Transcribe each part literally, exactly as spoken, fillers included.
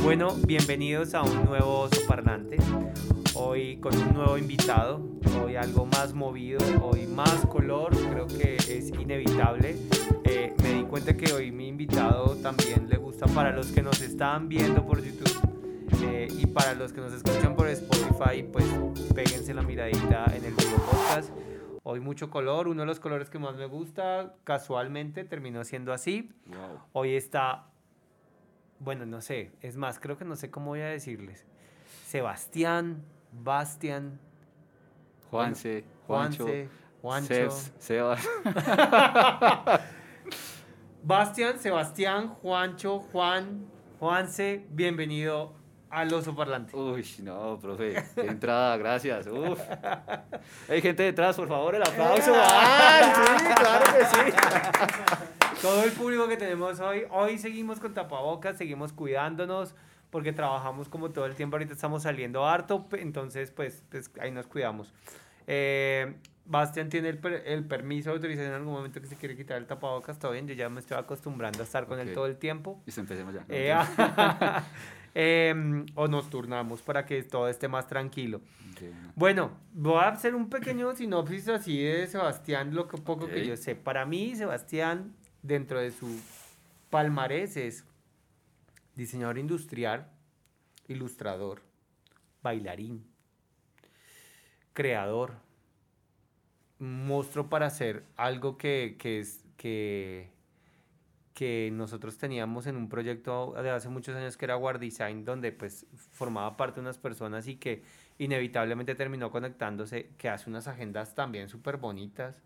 Bueno, bienvenidos a un nuevo Oso Parlante. Hoy con un nuevo invitado, hoy algo más movido, hoy más color, creo que es inevitable. Eh, me di cuenta que hoy mi invitado también le gusta para los que nos están viendo por YouTube eh, y para los que nos escuchan por Spotify, pues péguense la miradita en el video podcast. Hoy mucho color, uno de los colores que más me gusta, casualmente terminó siendo así. Wow. Hoy está, bueno, no sé, es más, creo que no sé cómo voy a decirles. Sebastián, Bastián, Juanse, bueno, Juancho, Juanse, Juancho. Sebs, Sebas. Bastián, Sebastián, Juancho, Juan, Juanse, bienvenido al Oso Parlante. Uy, no, profe, qué entrada, gracias. Uf. Hay gente detrás, por favor, el aplauso. ¡Ay, sí, claro que sí! Todo el público que tenemos hoy, hoy seguimos con tapabocas, seguimos cuidándonos, porque trabajamos como todo el tiempo, ahorita estamos saliendo harto, entonces pues, pues ahí nos cuidamos. Eh, Bastián tiene el, per, el permiso de autorización en algún momento que se quiere quitar el tapabocas, está bien, yo ya me estoy acostumbrando a estar con Okay. él todo el tiempo. Listo, empecemos ya. Eh, eh, o nos turnamos para que todo esté más tranquilo. Okay, no. Bueno, voy a hacer un pequeño sinopsis así de Sebastián, lo que poco Okay. que yo sé. Para mí, Sebastián, dentro de su palmarés, es diseñador industrial, ilustrador, bailarín, creador, monstruo para hacer algo que, que, es, que, que nosotros teníamos en un proyecto de hace muchos años que era War Design, donde pues formaba parte de unas personas y que inevitablemente terminó conectándose, que hace unas agendas también súper bonitas.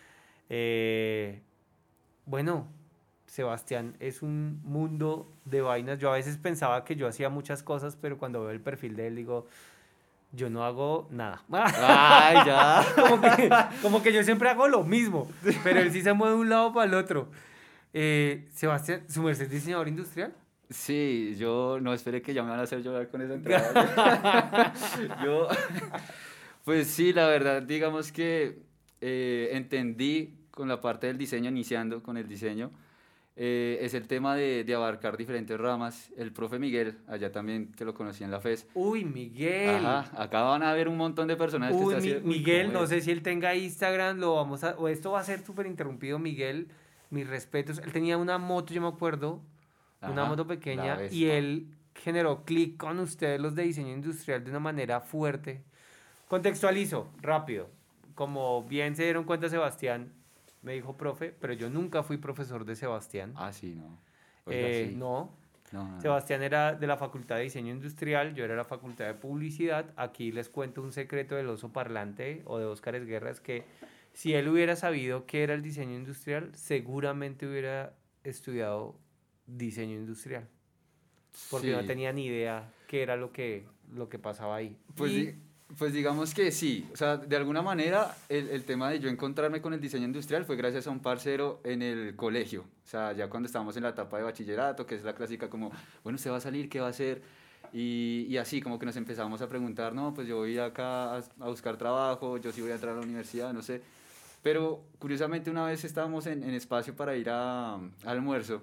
Eh, bueno, Sebastián es un mundo de vainas. Yo a veces pensaba que yo hacía muchas cosas, pero cuando veo el perfil de él digo, yo no hago nada. Ay, ya. como, que, como que yo siempre hago lo mismo, pero él sí se mueve de un lado para el otro. Eh, Sebastián, ¿su merced es diseñador industrial? Sí, yo no esperé que ya me van a hacer llorar con esa entrada. Yo, pues sí, la verdad, digamos que eh, entendí con la parte del diseño, iniciando con el diseño, eh, es el tema de, de abarcar diferentes ramas. El profe Miguel, allá también que lo conocí en la FES. Uy, Miguel. Ajá, acá van a ver un montón de personajes Uy, que está mi, haciendo. Uy, Miguel, ¿cómo no es? sé si él tenga Instagram, lo vamos a, o esto va a ser súper interrumpido, Miguel. Mis respetos. Él tenía una moto, yo me acuerdo, una Ajá, moto la pequeña, Vespa. y él generó clic con ustedes, los de diseño industrial, de una manera fuerte. Contextualizo, rápido. Como bien se dieron cuenta, Sebastián me dijo profe, pero yo nunca fui profesor de Sebastián. Ah, sí, no. Oiga, Eh, sí. no, No, no, no. Sebastián era de la Facultad de Diseño Industrial, yo era de la Facultad de Publicidad. Aquí les cuento un secreto del Oso Parlante o de Óscar Esguerra, es que si él hubiera sabido qué era el diseño industrial, seguramente hubiera estudiado diseño industrial, porque no Sí. tenía ni idea qué era lo que, lo que pasaba ahí. Pues, Y- di- pues digamos que sí, o sea, de alguna manera el, el tema de yo encontrarme con el diseño industrial fue gracias a un parcero en el colegio, o sea, ya cuando estábamos en la etapa de bachillerato, que es la clásica como, bueno, usted va a salir, ¿qué va a hacer? Y, y así como que nos empezamos a preguntar, no, pues yo voy acá a, a buscar trabajo, yo sí voy a entrar a la universidad, no sé, pero curiosamente una vez estábamos en, en espacio para ir a, a almuerzo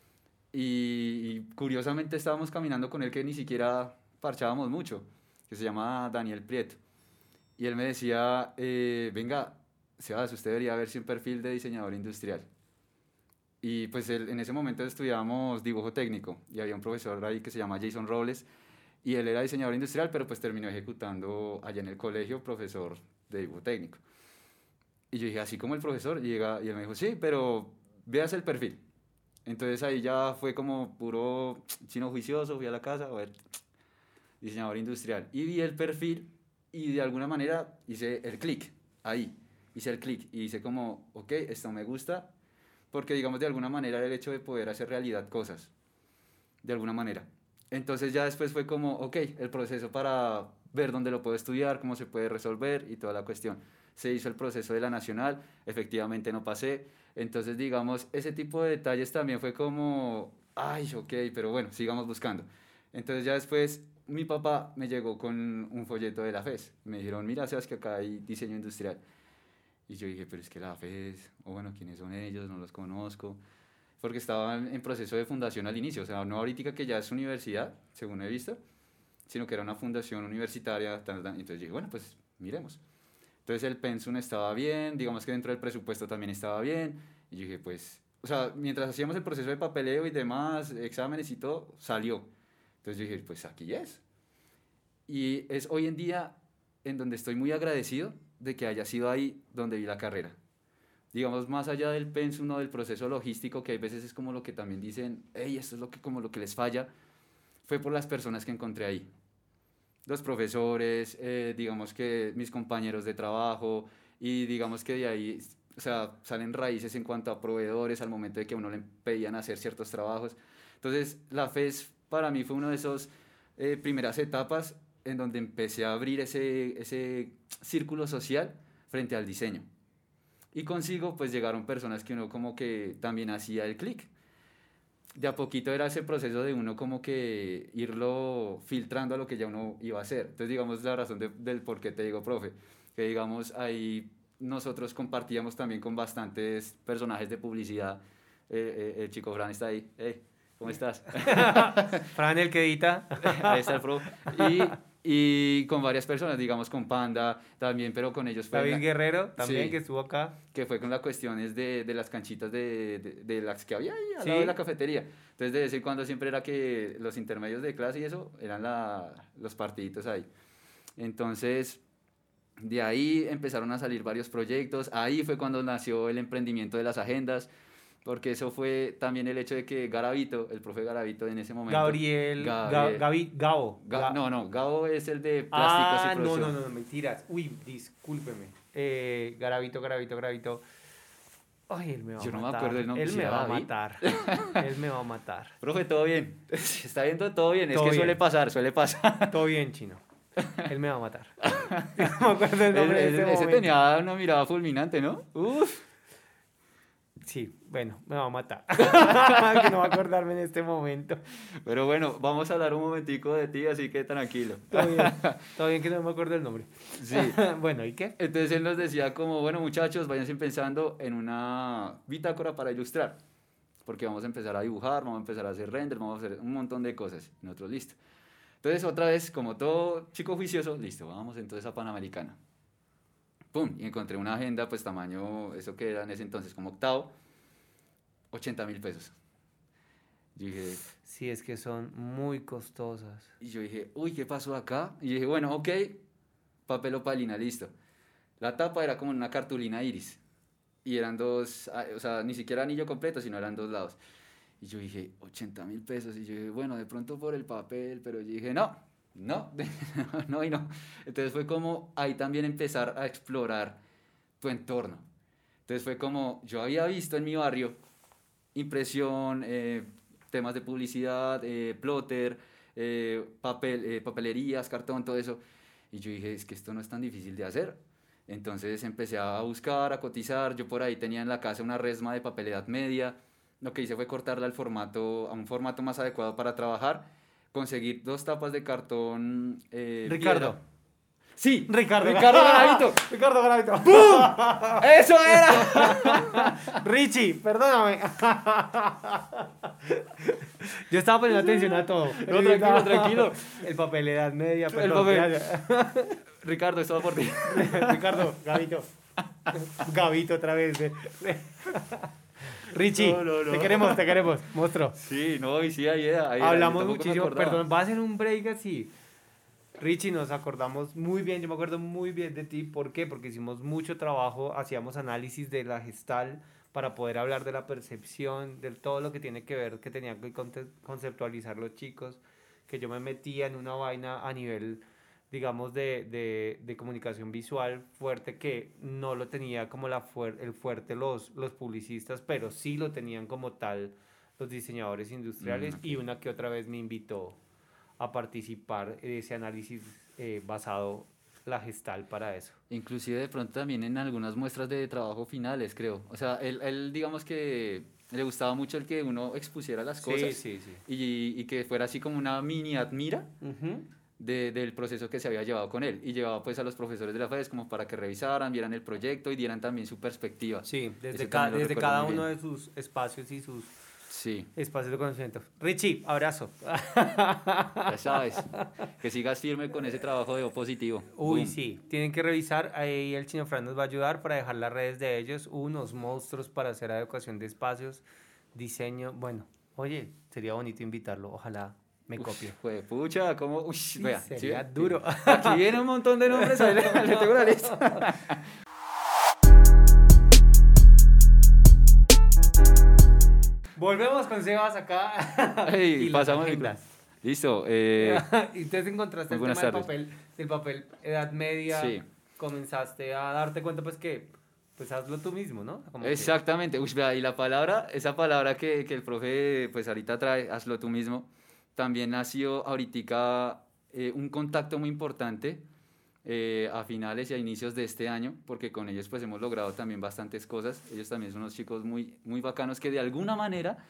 y, y curiosamente estábamos caminando con él que ni siquiera parchábamos mucho, que se llama Daniel Prieto. Y él me decía, eh, venga, Sebas, usted debería verse un perfil de diseñador industrial. Y pues él, en ese momento estudiábamos dibujo técnico y había un profesor ahí que se llama Jason Robles y él era diseñador industrial, pero pues terminó ejecutando allá en el colegio profesor de dibujo técnico. Y yo dije, así como el profesor, y, llega, y él me dijo, sí, pero veas el perfil. Entonces ahí ya fue como puro chino juicioso, fui a la casa, a ver, diseñador industrial. Y vi el perfil y de alguna manera hice el clic, ahí, hice el clic y hice como, ok, esto me gusta, porque digamos de alguna manera era el hecho de poder hacer realidad cosas, de alguna manera. Entonces ya después fue como, ok, el proceso para ver dónde lo puedo estudiar, cómo se puede resolver y toda la cuestión. Se hizo el proceso de la nacional, efectivamente no pasé, entonces digamos, ese tipo de detalles también fue como, ay, ok, pero bueno, sigamos buscando. Entonces ya después mi papá me llegó con un folleto de la FES, me dijeron, mira, sabes que acá hay diseño industrial. Y yo dije, pero es que la FES, o bueno, ¿quiénes son ellos? No los conozco. porque estaban en proceso de fundación al inicio, o sea, no ahorita que ya es universidad, según he visto, sino que era una fundación universitaria, tan, tan, entonces dije, bueno, pues miremos. Entonces el pensum estaba bien, digamos que dentro del presupuesto también estaba bien, y yo dije, pues, o sea, mientras hacíamos el proceso de papeleo y demás, exámenes y todo, salió. Entonces yo dije, pues aquí es. Y es hoy en día en donde estoy muy agradecido de que haya sido ahí donde vi la carrera. Digamos, más allá del pensum, ¿no? Del proceso logístico, que hay veces es como lo que también dicen, hey, esto es lo que, como lo que les falla, fue por las personas que encontré ahí. Los profesores, eh, digamos que mis compañeros de trabajo, y digamos que de ahí, o sea, salen raíces en cuanto a proveedores al momento de que a uno le pedían hacer ciertos trabajos. Entonces, la FES para mí fue una de esas eh, primeras etapas en donde empecé a abrir ese, ese círculo social frente al diseño. Y consigo, pues llegaron personas que uno como que también hacía el clic. De a poquito era ese proceso de uno como que irlo filtrando a lo que ya uno iba a hacer. Entonces, digamos, la razón de, del por qué te digo, profe, que digamos, ahí nosotros compartíamos también con bastantes personajes de publicidad. Eh, eh, el chico Fran está ahí. Hey, ¿cómo estás? Fran, el que edita. Ahí está el pro. Y, y con varias personas, digamos con Panda también, pero con ellos fue... David la, Guerrero también, sí, que estuvo acá. que fue con las cuestiones de, de las canchitas de, de, de las que había ahí al Sí. lado de la cafetería. Entonces, de vez en cuando siempre era que los intermedios de clase y eso eran la, los partiditos ahí. Entonces, de ahí empezaron a salir varios proyectos. Ahí fue cuando nació el emprendimiento de las agendas, porque eso fue también el hecho de que Garavito, el profe Garavito en ese momento... Gabriel, Gabriel Ga, Gabi, Gabo. Ga, Ga, no, no, Gabo es el de plásticos ah, y producción. no, no, no, mentiras. Uy, discúlpeme. Eh, Garavito, Garavito, Garavito. Ay, él me va Yo a no matar. me acuerdo el nombre. Él ¿Sí me era va a David? matar. Él me va a matar. Profe, todo bien. Está viendo todo bien. Todo es que bien. suele pasar, suele pasar. Todo bien, chino. Él me va a matar. No me acuerdo el nombre Ese, de ese ese momento. tenía una mirada fulminante, ¿no? Uf. Sí, bueno, me va a matar. Que no va a acordarme en este momento. Pero bueno, vamos a hablar un momentico de ti, así que tranquilo. Todo bien, todo bien que no me acuerdo el nombre. Sí. Bueno, ¿y qué? Entonces él nos decía como, bueno muchachos, váyanse pensando en una bitácora para ilustrar. Porque vamos a empezar a dibujar, vamos a empezar a hacer render, vamos a hacer un montón de cosas. Y nosotros, listo. Entonces otra vez, como todo chico juicioso, listo, vamos entonces a Panamericana. Pum, y encontré una agenda, pues tamaño, eso que era en ese entonces como octavo, ochenta mil pesos. Yo dije, Sí, es que son muy costosas. y yo dije, uy, ¿qué pasó acá? Y dije, bueno, ok, papel opalina, listo. La tapa era como una cartulina iris. Y eran dos, ah, o sea, ni siquiera anillo completo, sino eran dos lados. Y yo dije, ochenta mil pesos. Y yo dije, bueno, de pronto por el papel, pero yo dije, no, no, no y no. Entonces fue como ahí también empezar a explorar tu entorno. Entonces fue como, yo había visto en mi barrio impresión, eh, temas de publicidad, eh, plotter, eh, papel, eh, papelerías, cartón, todo eso. Y yo dije, es que esto no es tan difícil de hacer. Entonces empecé a buscar, a cotizar. Yo por ahí tenía en la casa una resma de papel edad media. Lo que hice fue cortarla al formato, a un formato más adecuado para trabajar. Conseguir dos tapas de cartón. Eh, Ricardo. piedra. Sí, Ricardo. Ricardo Garavito. Ricardo Garavito. ¡Pum! ¡Eso era! Richie, perdóname. Yo estaba poniendo atención a todo. No, tranquilo, tranquilo. El papel edad media, El perdón. papel. ya, Ricardo, esto va por ti. ya. Ricardo, Gavito. Gavito otra vez. eh. Richie, No, no, no. te queremos, te queremos. Monstruo. Sí, no, y sí, ahí era. Ahí era, Hablamos yo tampoco me muchísimo, acordaba. perdón, va a ser un break así. Richie, nos acordamos muy bien, yo me acuerdo muy bien de ti. ¿Por qué? Porque hicimos mucho trabajo, hacíamos análisis de la gestal para poder hablar de la percepción, de todo lo que tiene que ver, que tenían que conte- conceptualizar los chicos, que yo me metía en una vaina a nivel, digamos, de, de, de comunicación visual fuerte, que no lo tenía como la fuer- el fuerte los, los publicistas, pero sí lo tenían como tal los diseñadores industriales, Mm, ok. y una que otra vez me invitó a participar de ese análisis eh, basado la gestal para eso. Inclusive de pronto también en algunas muestras de trabajo finales, creo. O sea, él, él digamos que le gustaba mucho el que uno expusiera las cosas Sí, sí, sí. y, y que fuera así como una mini admira Ujú. de, del proceso que se había llevado con él. Y llevaba pues a los profesores de la FES como para que revisaran, vieran el proyecto y dieran también su perspectiva. Sí, desde, Eso ca- también lo desde recuerdo cada muy uno bien. de sus espacios y sus Sí. Espacios de conocimiento. Richie, abrazo. Ya sabes, que sigas firme con ese trabajo de O positivo. Uy, Boom. sí, tienen que revisar, ahí el Chino Fran nos va a ayudar para dejar las redes de ellos, unos monstruos para hacer adecuación de espacios, diseño, bueno, oye, sería bonito invitarlo, ojalá me copie. Fue pucha, como, uy, vea. Sería ¿sí? duro. Aquí viene un montón de nombres, ahí le, le tengo la lista. Volvemos con Sebas acá. Hey, y las pasamos el- agendas. Listo. Eh, Y entonces encontraste Muy el buenas tema del tardes. papel, del papel Edad Media, Sí. comenzaste a darte cuenta pues que, pues hazlo tú mismo, ¿no? Como que- Exactamente. Uy, vea, y la palabra, esa palabra que, que el profe pues ahorita trae, hazlo tú mismo, también ha sido ahorita eh, un contacto muy importante eh, a finales y a inicios de este año, porque con ellos pues hemos logrado también bastantes cosas. Ellos también son unos chicos muy, muy bacanos que de alguna manera,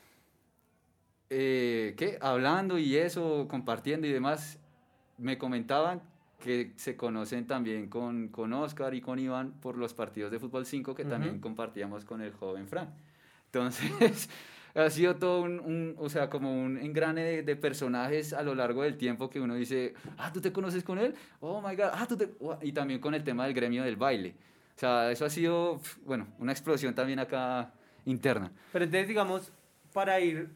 eh, ¿qué? Hablando y eso, compartiendo y demás, me comentaban que se conocen también con, con Oscar y con Iván por los partidos de Fútbol cinco que también Ujú. compartíamos con el joven Frank. Entonces, ha sido todo un, un- o sea, como un engrane de, de personajes a lo largo del tiempo que uno dice, ah, ¿tú te conoces con él? Oh, my God, ah, tú te... ua-". Y también con el tema del gremio del baile. O sea, eso ha sido, pf, bueno, una explosión también acá interna. Pero entonces, digamos, para ir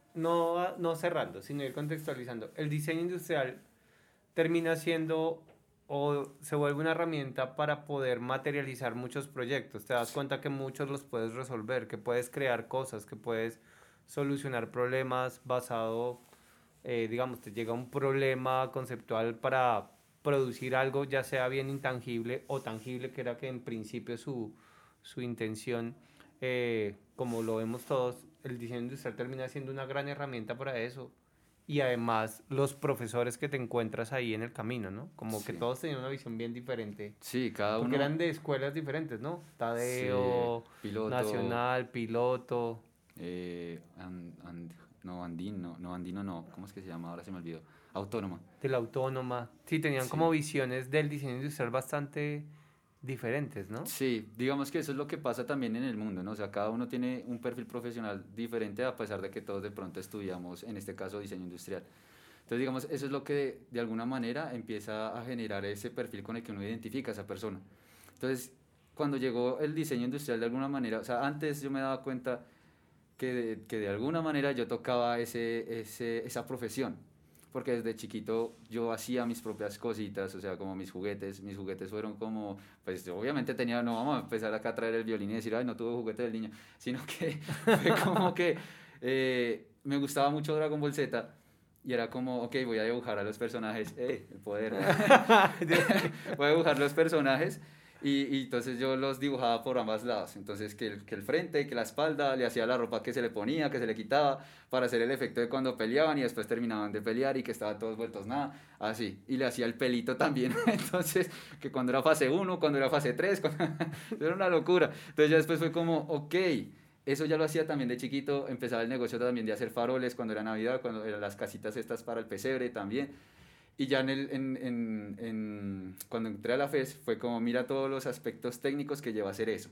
no, no cerrando, sino ir contextualizando, el diseño industrial termina siendo o se vuelve una herramienta para poder materializar muchos proyectos. Te das cuenta que muchos los puedes resolver, que puedes crear cosas, que puedes solucionar problemas basado, eh, digamos, te llega un problema conceptual para producir algo, ya sea bien intangible o tangible, que era que en principio su, su intención, eh, como lo vemos todos, el diseño industrial termina siendo una gran herramienta para eso. Y además los profesores que te encuentras ahí en el camino, ¿no? Como que Sí. todos tenían una visión bien diferente. Sí, cada Porque uno... eran de escuelas diferentes, ¿no? Sí, Tadeo, piloto, Nacional, Piloto. eh, and- and- no, Andino, no, Andino no, ¿cómo es que se llama? Ahora se me olvidó. Autónoma. De la Autónoma. Sí, tenían Sí. como visiones del diseño industrial bastante diferentes, ¿no? Sí, digamos que eso es lo que pasa también en el mundo, ¿no? O sea, cada uno tiene un perfil profesional diferente a pesar de que todos de pronto estudiamos, en este caso, diseño industrial. Entonces, digamos, eso es lo que de, de alguna manera empieza a generar ese perfil con el que uno identifica a esa persona. Entonces, cuando llegó el diseño industrial de alguna manera, o sea, antes yo me daba cuenta que de, que de alguna manera yo tocaba ese, ese, esa profesión, porque desde chiquito yo hacía mis propias cositas, o sea, como mis juguetes, mis juguetes fueron como, pues obviamente tenía, no vamos a empezar acá a traer el violín y decir, ay, no tuve juguete del niño, sino que fue como que eh, me gustaba mucho Dragon Ball Z. Y era como, ok, voy a dibujar a los personajes, eh, el poder, voy a dibujar los personajes y, y entonces yo los dibujaba por ambos lados, entonces que el, que el frente, que la espalda, le hacía la ropa que se le ponía, que se le quitaba, para hacer el efecto de cuando peleaban y después terminaban de pelear y que estaban todos vueltos nada, así, y le hacía el pelito también, entonces que cuando era fase uno, cuando era fase tres, cuando... era una locura, entonces ya después fue como, ok, eso ya lo hacía también de chiquito, empezaba el negocio también de hacer faroles cuando era Navidad, cuando eran las casitas estas para el pesebre también. Y ya en el, en, en, en, cuando entré a la F E S fue como, mira todos los aspectos técnicos que lleva a hacer eso.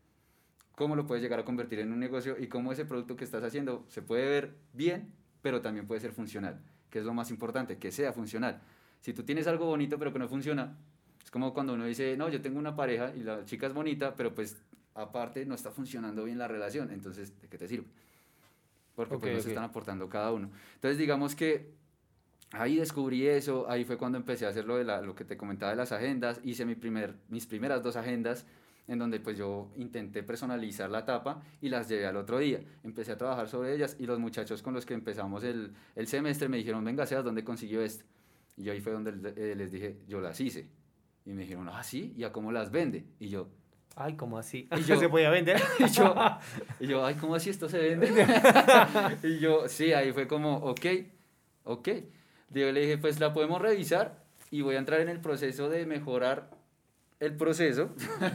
Cómo lo puedes llegar a convertir en un negocio y cómo ese producto que estás haciendo se puede ver bien, pero también puede ser funcional, que es lo más importante, que sea funcional. Si tú tienes algo bonito pero que no funciona, es como cuando uno dice, no, yo tengo una pareja y la chica es bonita, pero pues aparte no está funcionando bien la relación, entonces, ¿de qué te sirve? Porque Ok, pues no se ok. están aportando cada uno. Entonces, digamos que ahí descubrí eso, ahí fue cuando empecé a hacer lo, de la, lo que te comentaba de las agendas, hice mi primer, mis primeras dos agendas, en donde pues yo intenté personalizar la tapa y las llevé al otro día. Empecé a trabajar sobre ellas y los muchachos con los que empezamos el, el semestre me dijeron, venga, Sebas, ¿dónde consiguió esto? Y yo ahí fue donde eh, les dije, yo las hice. Y me dijeron, ah, ¿sí? ¿Y a cómo las vende? Y yo, Ay, ¿cómo así? Y yo- ¿Se podía vender? y yo, y yo, ay, ¿cómo así esto se vende? Y yo, sí, ahí fue como, ok, ok. Yo le dije, pues la podemos revisar y voy a entrar en el proceso de mejorar el proceso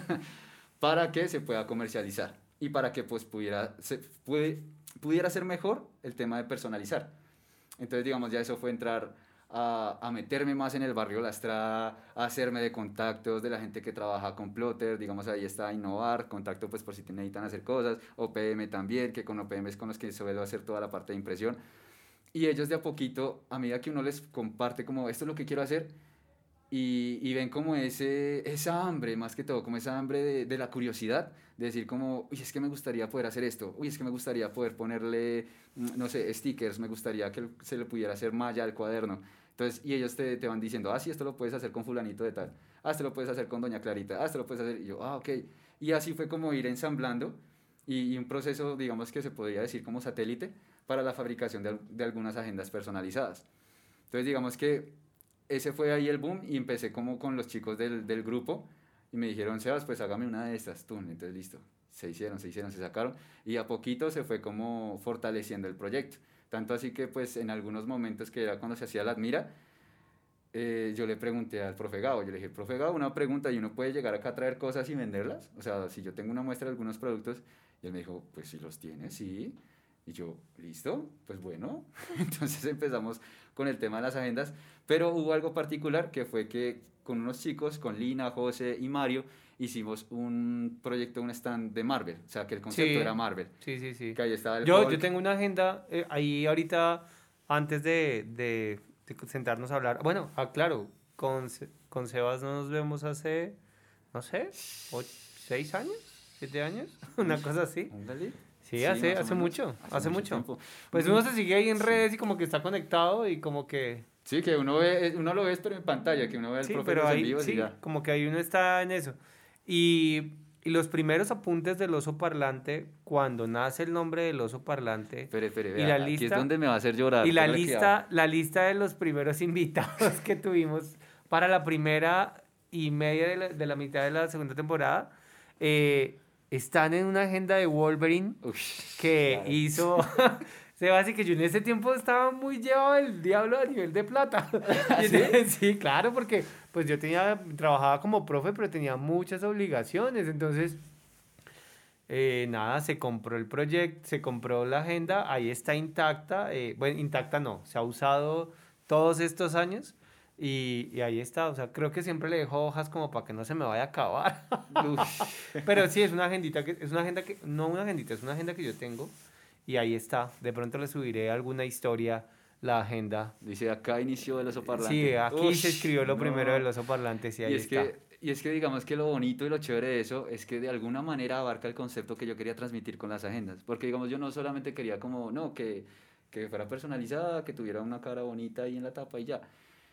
para que se pueda comercializar y para que pues pudiera, se, puede, pudiera ser mejor el tema de personalizar. Entonces, digamos, ya eso fue entrar a, a meterme más en el barrio La Estrada, a hacerme de contactos de la gente que trabaja con Plotter, digamos ahí está Innovar, contacto pues por si te necesitan hacer cosas, O P M también, que con O P M es con los que suelo hacer toda la parte de impresión. Y ellos de a poquito, a medida que uno les comparte como esto es lo que quiero hacer, y, y ven como ese, esa hambre, más que todo, como esa hambre de, de la curiosidad, de decir como, uy, es que me gustaría poder hacer esto, uy, es que me gustaría poder ponerle, mm, no sé, stickers, me gustaría que se le pudiera hacer malla al cuaderno. Entonces, y ellos te, te van diciendo, ah, sí, esto lo puedes hacer con fulanito de tal, ah, esto lo puedes hacer con doña Clarita, ah, esto lo puedes hacer, y yo, ah, ok. Y así fue como ir ensamblando y, y un proceso, digamos que se podría decir como satélite para la fabricación de, de algunas agendas personalizadas. Entonces, digamos que ese fue ahí el boom y empecé como con los chicos del, del grupo y me dijeron, Sebas, pues hágame una de estas, tú, entonces listo, se hicieron, se hicieron, se sacaron y a poquito se fue como fortaleciendo el proyecto, tanto así que pues en algunos momentos que era cuando se hacía la admira, eh, yo le pregunté al profe Gabo, yo le dije, profe Gabo, una pregunta, ¿y uno puede llegar acá a traer cosas y venderlas? O sea, si yo tengo una muestra de algunos productos, y él me dijo, pues si los tienes, sí. Y yo, listo, pues bueno. Entonces empezamos con el tema de las agendas, pero hubo algo particular que fue que con unos chicos, con Lina, José y Mario, hicimos un proyecto, un stand de Marvel, o sea, que el concepto Sí, era Marvel, sí, sí, sí. que ahí estaba el Yo, yo Hulk. tengo una agenda eh, ahí ahorita, antes de, de, de sentarnos a hablar. Bueno, ah, claro, con, Se- con Sebas no nos vemos hace, no sé, ocho, seis años, siete años, Uy, una cosa así. póngale. Sí, Sí, hace, más o hace menos, mucho, hace hace mucho mucho. tiempo. Pues uno Mm, se sigue ahí en sí. redes y como que está conectado y como que, Sí, que uno ve, uno lo ves pero en pantalla, que uno ve al sí, profe en pero los en ahí, vivos y sí, ya. como que ahí uno está en eso. Y, y los primeros apuntes del oso parlante, cuando nace el nombre del oso parlante Espere, espere, y vea, la aquí es lista, donde me va a hacer y llorar, la póngale cuidado. lista, la lista de los primeros invitados que tuvimos para la primera y media de la, de la mitad de la segunda temporada, eh, están en una agenda de Wolverine Uy, que claro. hizo Sebas y que yo en ese tiempo estaba muy llevado del diablo a nivel de plata. Y ¿Sí? entonces, sí, claro, porque pues yo tenía, trabajaba como profe, pero tenía muchas obligaciones. Entonces, eh, nada, se compró el proyecto, se compró la agenda, ahí está intacta. Eh, bueno, intacta no, se ha usado todos estos años. Y, y ahí está, o sea, creo que siempre le dejo hojas como para que no se me vaya a acabar. Uy. Pero sí, es una agendita que, es una agenda que, no una agendita, es una agenda que yo tengo y ahí está. De pronto le subiré alguna historia, la agenda. Dice, acá inició el oso Sí, parlante. aquí Uy, se escribió lo primero del no. oso parlante, sí, Y ahí es está. que, y es que digamos que lo bonito y lo chévere de eso es que de alguna manera abarca el concepto que yo quería transmitir con las agendas. Porque digamos, yo no solamente quería como, no, que, que fuera personalizada, que tuviera una cara bonita ahí en la tapa y ya.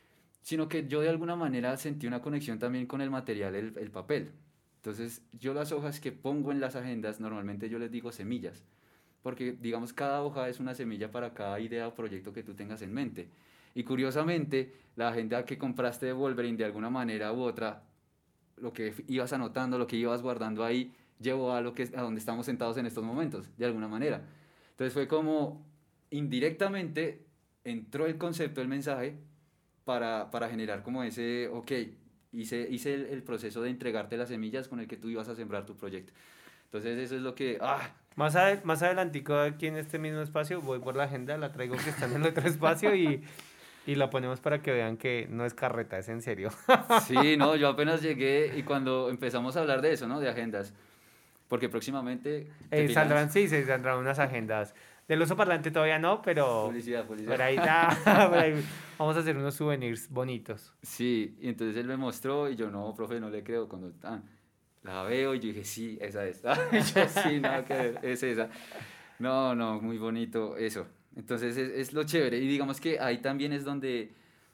Sino que yo de alguna manera sentí una conexión también con el material, el, el papel. Entonces, yo las hojas que pongo en las agendas, normalmente yo les digo semillas, porque digamos cada hoja es una semilla para cada idea o proyecto que tú tengas en mente. Y curiosamente, la agenda que compraste de Wolverine, de alguna manera u otra, lo que f- ibas anotando, lo que ibas guardando ahí, llevó a lo que a donde estamos sentados en estos momentos, de alguna manera. Entonces fue como indirectamente entró el concepto, el mensaje, para, para generar como ese, ok, hice, hice el, el proceso de entregarte las semillas con el que tú ibas a sembrar tu proyecto. Entonces eso es lo que, ah, Más, ade- más adelantico aquí en este mismo espacio, voy por la agenda, la traigo que está en el otro espacio y, y la ponemos para que vean que no es carreta, es en serio. sí, no, yo apenas llegué y cuando empezamos a hablar de eso, ¿no? De agendas, porque próximamente te Eh, tiras saldrán, sí, se saldrán unas agendas. Del oso parlante todavía no, pero publicidad, por publicidad. ahí, da, por ahí vamos a hacer unos souvenirs bonitos. Sí, y entonces él me mostró y yo, no, profe, no le creo. Cuando ah, la veo y yo dije, sí, esa es. Y yo, sí, nada que ver, es esa. No, no, muy bonito eso. Entonces es, es lo chévere. Y digamos que ahí también es donde,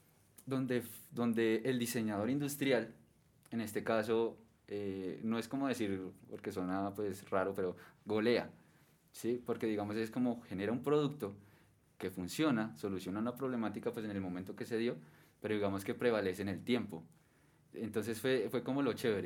donde, donde el diseñador industrial, en este caso, eh, no es como decir, porque suena pues raro, pero golea, ¿sí? Porque digamos es como genera un producto que funciona, soluciona una problemática pues en el momento que se dio, pero digamos que prevalece en el tiempo. Entonces fue, fue como lo chévere.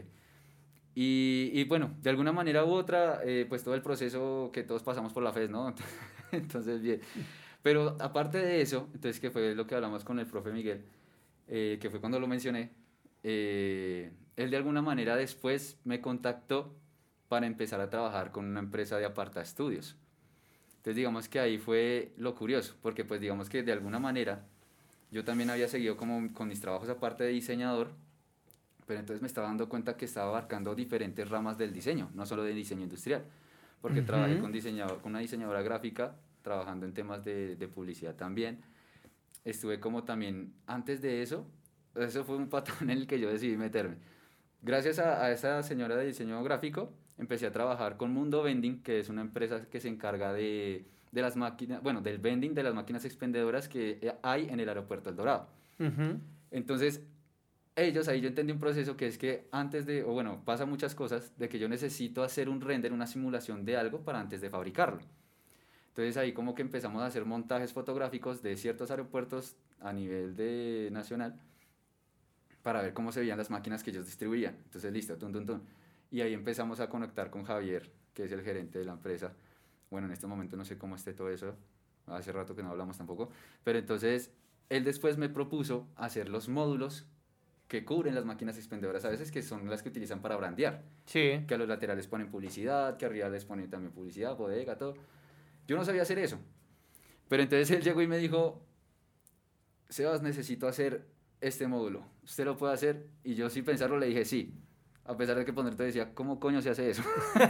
Y, y bueno, de alguna manera u otra, eh, pues todo el proceso que todos pasamos por la FES, ¿no? Entonces, bien. Pero aparte de eso, entonces que fue lo que hablamos con el profe Miguel, eh, que fue cuando lo mencioné, eh, él de alguna manera después me contactó para empezar a trabajar con una empresa de aparta estudios. Entonces digamos que ahí fue lo curioso, porque pues digamos que de alguna manera yo también había seguido como con mis trabajos aparte de diseñador, pero entonces me estaba dando cuenta que estaba abarcando diferentes ramas del diseño, no solo del diseño industrial, porque trabajé Ujú. con, diseñador, con una diseñadora gráfica, trabajando en temas de, de publicidad también. Estuve como también, antes de eso, eso fue un patrón en el que yo decidí meterme. Gracias a, a esa señora de diseño gráfico, empecé a trabajar con Mundo Vending, que es una empresa que se encarga de, de las máquinas, bueno, del vending de las máquinas expendedoras que hay en el aeropuerto El Dorado. Ujú. Entonces, ellos, ahí yo entendí un proceso que es que antes de, o bueno, pasa muchas cosas, de que yo necesito hacer un render, una simulación de algo para antes de fabricarlo. Entonces ahí como que empezamos a hacer montajes fotográficos de ciertos aeropuertos a nivel de nacional para ver cómo se veían las máquinas que ellos distribuían. Entonces, listo, tun, tun, tun. Y ahí empezamos a conectar con Javier, que es el gerente de la empresa. Bueno, en este momento no sé cómo esté todo eso, hace rato que no hablamos tampoco, pero entonces él después me propuso hacer los módulos que cubren las máquinas expendedoras a veces, que son las que utilizan para brandear, Sí. que a los laterales ponen publicidad, que arriba les ponen también publicidad, bodega, todo. Yo no sabía hacer eso, pero entonces él llegó y me dijo, Sebas, necesito hacer este módulo, ¿usted lo puede hacer? Y yo sin pensarlo le dije sí, a pesar de que ponerte decía, ¿cómo coño se hace eso?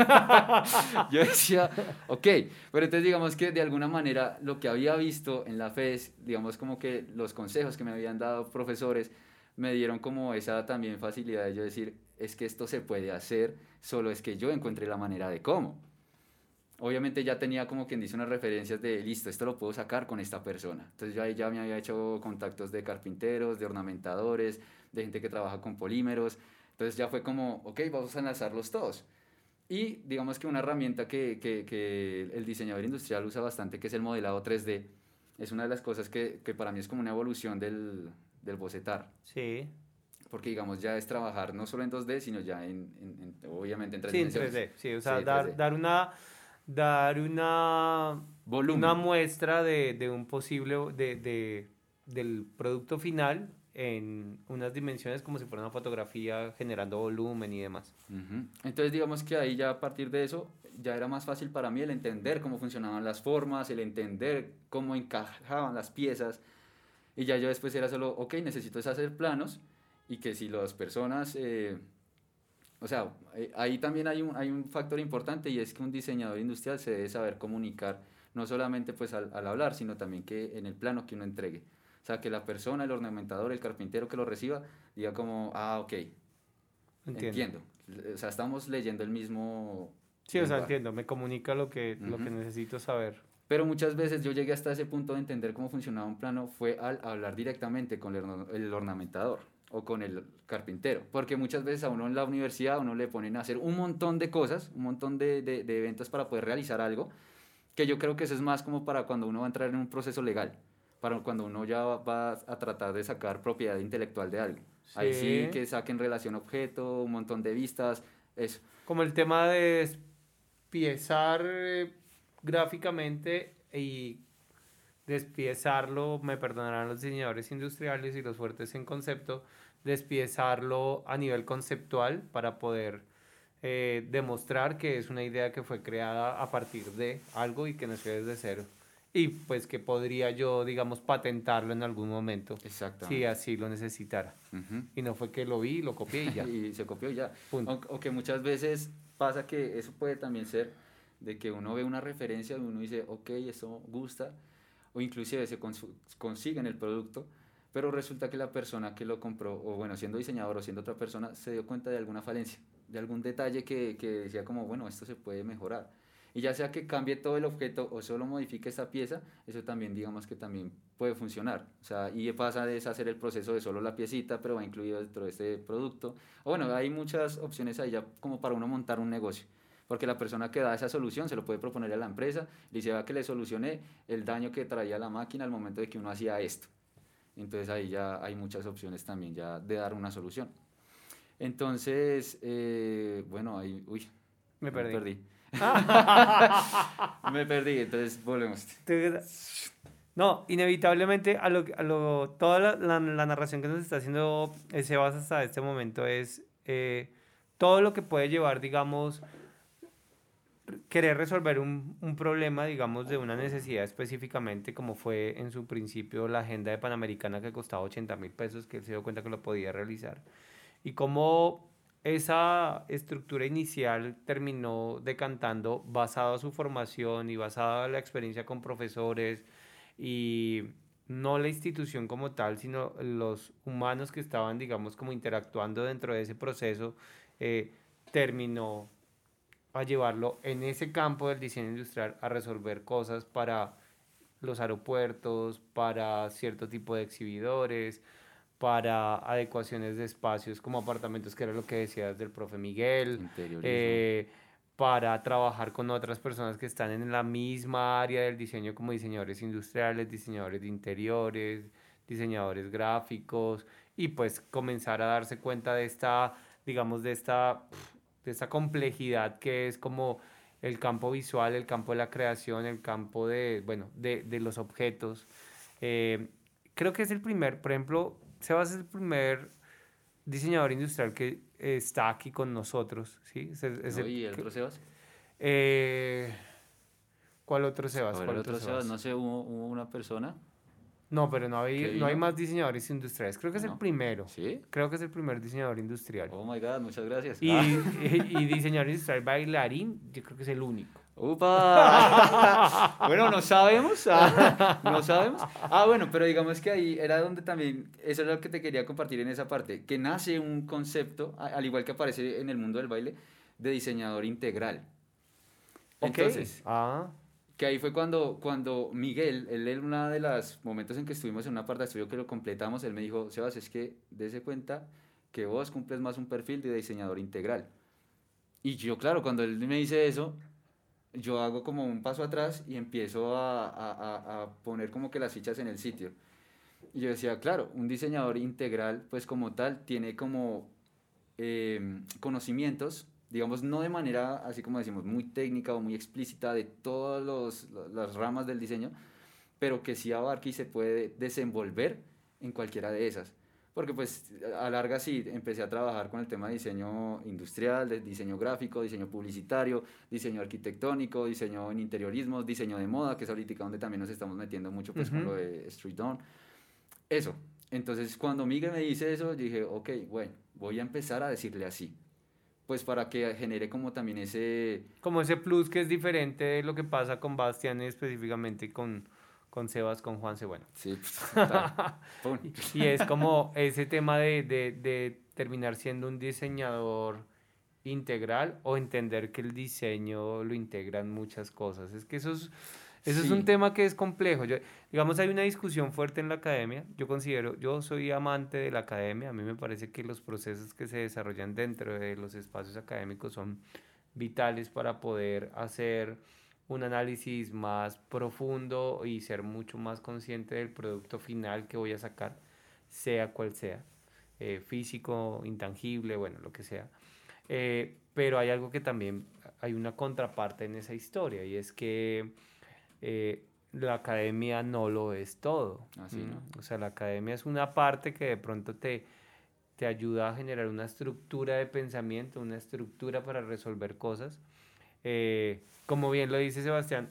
Yo decía, ok, pero entonces digamos que de alguna manera lo que había visto en la FES, digamos como que los consejos que me habían dado profesores, me dieron como esa también facilidad de yo decir, es que esto se puede hacer, solo es que yo encontré la manera de cómo. Obviamente ya tenía como quien dice unas referencias de, listo, esto lo puedo sacar con esta persona. Entonces yo ahí ya me había hecho contactos de carpinteros, de ornamentadores, de gente que trabaja con polímeros. Entonces ya fue como, ok, vamos a enlazarlos todos. Y digamos que una herramienta que, que, que el diseñador industrial usa bastante, que es el modelado tres D, es una de las cosas que, que para mí es como una evolución del, del bocetar. Sí. Porque digamos ya es trabajar no solo en dos D, sino ya en, en- en- obviamente en tres Sí, en tres dimensiones. D. Sí, o sea, Sí, dar, tres D. dar una, dar una, una Volumen. muestra de, de un posible, de, de- del producto final en unas dimensiones como si fuera una fotografía generando volumen y demás. Ujú. Entonces digamos que ahí ya a partir de eso ya era más fácil para mí el entender cómo funcionaban las formas, el entender cómo encajaban las piezas y ya yo después era solo, ok, necesito es hacer planos y que si las personas, eh, o sea, eh, ahí también hay un, hay un factor importante y es que un diseñador industrial se debe saber comunicar, no solamente pues al, al hablar, sino también que en el plano que uno entregue. O sea, que la persona, el ornamentador, el carpintero que lo reciba, diga como, ah, ok, Entiendo. entiendo. O sea, estamos leyendo el mismo Sí, o sea, lenguaje. entiendo. Me comunica lo que, lo que Ujú. necesito saber. Pero muchas veces yo llegué hasta ese punto de entender cómo funcionaba un plano fue al hablar directamente con el, orna- el ornamentador o con el carpintero. Porque muchas veces a uno en la universidad a uno le ponen a hacer un montón de cosas, un montón de, de, de eventos para poder realizar algo, que yo creo que eso es más como para cuando uno va a entrar en un proceso legal, para cuando uno ya va, va a tratar de sacar propiedad intelectual de algo. Ahí sí Sí. que saquen relación objeto, un montón de vistas, eso. Como el tema de despiezar eh, gráficamente y despiezarlo, me perdonarán los diseñadores industriales y los fuertes en concepto, despiezarlo a nivel conceptual para poder eh, demostrar que es una idea que fue creada a partir de algo y que nació desde cero. Y pues que podría yo, digamos, patentarlo en algún momento si Exactamente. así lo necesitara. Ujú. Y no fue que lo vi, lo copié y ya. Y se copió y ya. O, Punto. o que muchas veces pasa que eso puede también ser de que uno ve una referencia y uno dice, ok, eso gusta, o inclusive se consu- consiguen el producto, pero resulta que la persona que lo compró, o bueno, siendo diseñador o siendo otra persona, se dio cuenta de alguna falencia, de algún detalle que, que decía como, bueno, esto se puede mejorar. Y ya sea que cambie todo el objeto o solo modifique esta pieza, eso también digamos que también puede funcionar. O sea, y pasa de deshacer el proceso de solo la piecita, pero va incluido dentro de este producto. O bueno, hay muchas opciones ahí ya como para uno montar un negocio. Porque la persona que da esa solución se lo puede proponer a la empresa, le dice, va que le solucioné el daño que traía la máquina al momento de que uno hacía esto. Entonces ahí ya hay muchas opciones también ya de dar una solución. Entonces, eh, bueno, ahí, uy, Me me perdí. perdí. Me perdí, entonces volvemos. Te- No, inevitablemente a lo, a lo, toda la, la- la narración que nos está haciendo eh, Sebas hasta este momento es eh, todo lo que puede llevar, digamos, querer resolver un, un problema, digamos, de una necesidad específicamente, como fue en su principio la agenda de Panamericana que costaba ochenta mil pesos, que él se dio cuenta que lo podía realizar. Y cómo esa estructura inicial terminó decantando basado a su formación y basado a la experiencia con profesores y no la institución como tal, sino los humanos que estaban, digamos, como interactuando dentro de ese proceso, eh, terminó a llevarlo en ese campo del diseño industrial a resolver cosas para los aeropuertos, para cierto tipo de exhibidores, para adecuaciones de espacios como apartamentos, que era lo que decías del profe Miguel, Interiorismo. eh, para trabajar con otras personas que están en la misma área del diseño como diseñadores industriales, diseñadores de interiores, diseñadores gráficos, y pues comenzar a darse cuenta de esta, digamos, de esta, de esta complejidad que es como el campo visual, el campo de la creación, el campo de, bueno, de, de los objetos. Eh, Creo que es el primer, por ejemplo, Sebas es el primer diseñador industrial que eh, está aquí con nosotros, ¿sí? Es el, es ¿No? el ¿Y el que- otro Sebas? eh, ¿cuál otro A Sebas? ver, ¿Cuál el otro otro Sebas, Sebas? no sé, hubo, hubo una persona No, pero no que hay, no hay vino. más diseñadores industriales. Creo que Ah, es el ¿no? primero. ¿Sí? Creo que es el primer diseñador industrial. Oh my God, muchas gracias. Y, Ah. y, y diseñador industrial bailarín, yo creo que es el único. ¡Upa! Bueno, no sabemos. Ah, no sabemos. Ah, bueno, pero digamos que ahí era donde también, eso es lo que te quería compartir en esa parte, que nace un concepto, a- al igual que aparece en el mundo del baile, de diseñador integral. Ok. Entonces, Ah, que ahí fue cuando, cuando Miguel, él en uno de los momentos en que estuvimos en una parte de estudio que lo completamos, él me dijo, Sebas, es que dése cuenta que vos cumples más un perfil de diseñador integral. Y yo, claro, cuando él me dice eso, yo hago como un paso atrás y empiezo a, a, a, a poner como que las fichas en el sitio. Y yo decía, claro, un diseñador integral, pues como tal, tiene como eh, conocimientos, digamos, no de manera, así como decimos, muy técnica o muy explícita de todas los, las ramas del diseño, pero que sí abarca y se puede desenvolver en cualquiera de esas. Porque pues a larga sí, empecé a trabajar con el tema de diseño industrial, de diseño gráfico, diseño publicitario, diseño arquitectónico, diseño en interiorismos, diseño de moda, que es ahorita donde también nos estamos metiendo mucho pues con ujú. lo de Street Dawn. Eso. Entonces cuando Miguel me dice eso, yo dije, ok, bueno, voy a empezar a decirle así. Pues para que genere como también ese... Como ese plus que es diferente de lo que pasa con Bastian específicamente con, con Sebas, con Juanse, bueno. Sí, total. Pum. Y y es como ese tema de, de, de terminar siendo un diseñador integral o entender que el diseño lo integran muchas cosas. Es que eso es, eso es un Sí. tema que es complejo. Yo- digamos, hay una discusión fuerte en la academia. Yo considero, yo soy amante de la academia. A mí me parece que los procesos que se desarrollan dentro de los espacios académicos son vitales para poder hacer un análisis más profundo y ser mucho más consciente del producto final que voy a sacar, sea cual sea, eh, físico, intangible, bueno, lo que sea. Eh, pero hay algo que también, hay una contraparte en esa historia y es que eh, la academia no lo es todo. Así, ¿no? ¿M? O sea, la academia es una parte que de pronto te, te ayuda a generar una estructura de pensamiento, una estructura para resolver cosas. Eh, como bien lo dice Sebastián,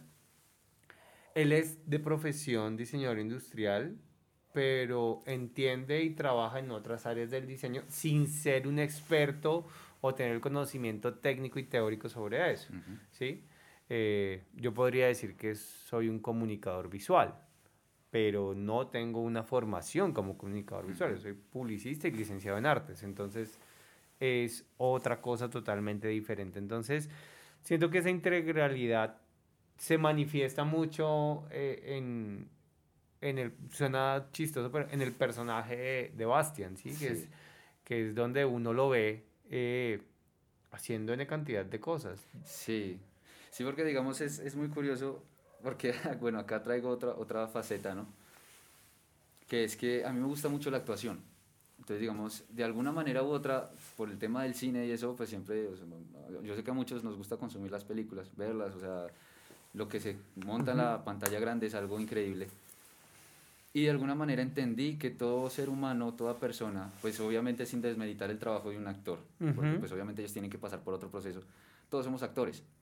él es de profesión diseñador industrial, pero entiende y trabaja en otras áreas del diseño sin ser un experto o tener el conocimiento técnico y teórico sobre eso, Ujú. ¿sí? Eh, yo podría decir que soy un comunicador visual, pero no tengo una formación como comunicador visual. Ujú. Yo soy publicista y licenciado en artes, entonces es otra cosa totalmente diferente. Entonces, siento que esa integralidad se manifiesta mucho eh, en, en el, suena chistoso, pero en el personaje de, de Bastian, ¿sí? Que es, Sí, que es donde uno lo ve eh, haciendo N cantidad de cosas. sí. Sí, porque digamos es, es muy curioso, porque, bueno, acá traigo otra, otra faceta, ¿no? Que es que a mí me gusta mucho la actuación. Entonces, digamos, de alguna manera u otra, por el tema del cine y eso, pues siempre, o sea, yo sé que a muchos nos gusta consumir las películas, verlas, o sea, lo que se monta en Ujú, la pantalla grande es algo increíble. Y de alguna manera entendí que todo ser humano, toda persona, pues obviamente sin desmeritar el trabajo de un actor, porque ujú. pues obviamente ellos tienen que pasar por otro proceso, todos somos actores.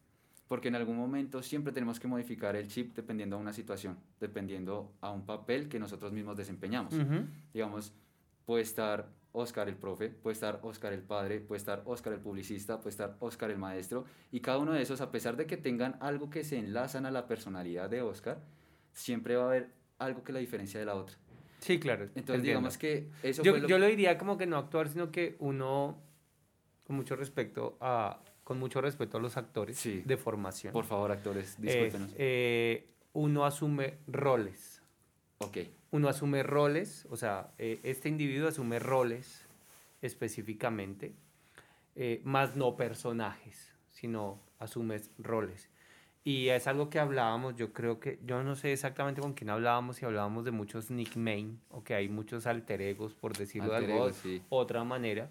porque en algún momento siempre tenemos que modificar el chip dependiendo a una situación, dependiendo a un papel que nosotros mismos desempeñamos. Ujú. Digamos, puede estar Oscar el profe, puede estar Oscar el padre, puede estar Oscar el publicista, puede estar Oscar el maestro, y cada uno de esos, a pesar de que tengan algo que se enlazan a la personalidad de Oscar, siempre va a haber algo que la diferencia de la otra. Sí, claro. Entonces, entiendo. digamos que eso Yo, fue lo yo lo diría como que no actuar, sino que uno, con mucho respeto a, con mucho respeto a los actores Sí. de formación, Por favor, actores, eh, discúlpenos. eh, uno asume roles. Ok, Uno asume roles, o sea, eh, este individuo asume roles específicamente, eh, más no personajes, sino asumes roles. Y es algo que hablábamos, yo creo que, yo no sé exactamente con quién hablábamos, si hablábamos de muchos nickname, o que hay muchos alter egos, por decirlo alter de alguna ego, sí. otra manera.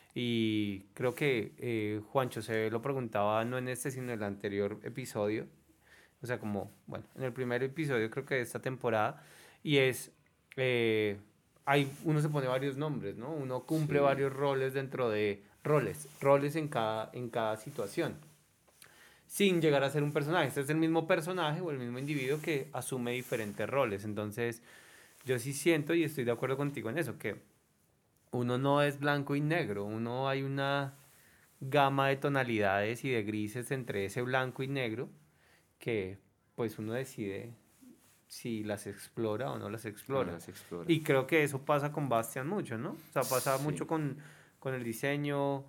Y creo que eh, Juancho se lo preguntaba, no en este, sino en el anterior episodio, o sea, como, bueno, en el primer episodio creo que de esta temporada, y es, eh, hay, uno se pone varios nombres, ¿no? Uno cumple Sí. varios roles dentro de roles, roles en cada, en cada situación, sin llegar a ser un personaje. Este es el mismo personaje o el mismo individuo que asume diferentes roles. Entonces, yo sí siento y estoy de acuerdo contigo en eso, que uno no es blanco y negro, uno hay una gama de tonalidades y de grises entre ese blanco y negro que pues uno decide si las explora o no las explora. Ahora se explora. Y creo que eso pasa con Bastian mucho, ¿no? O sea, pasa Sí. mucho con, con el diseño,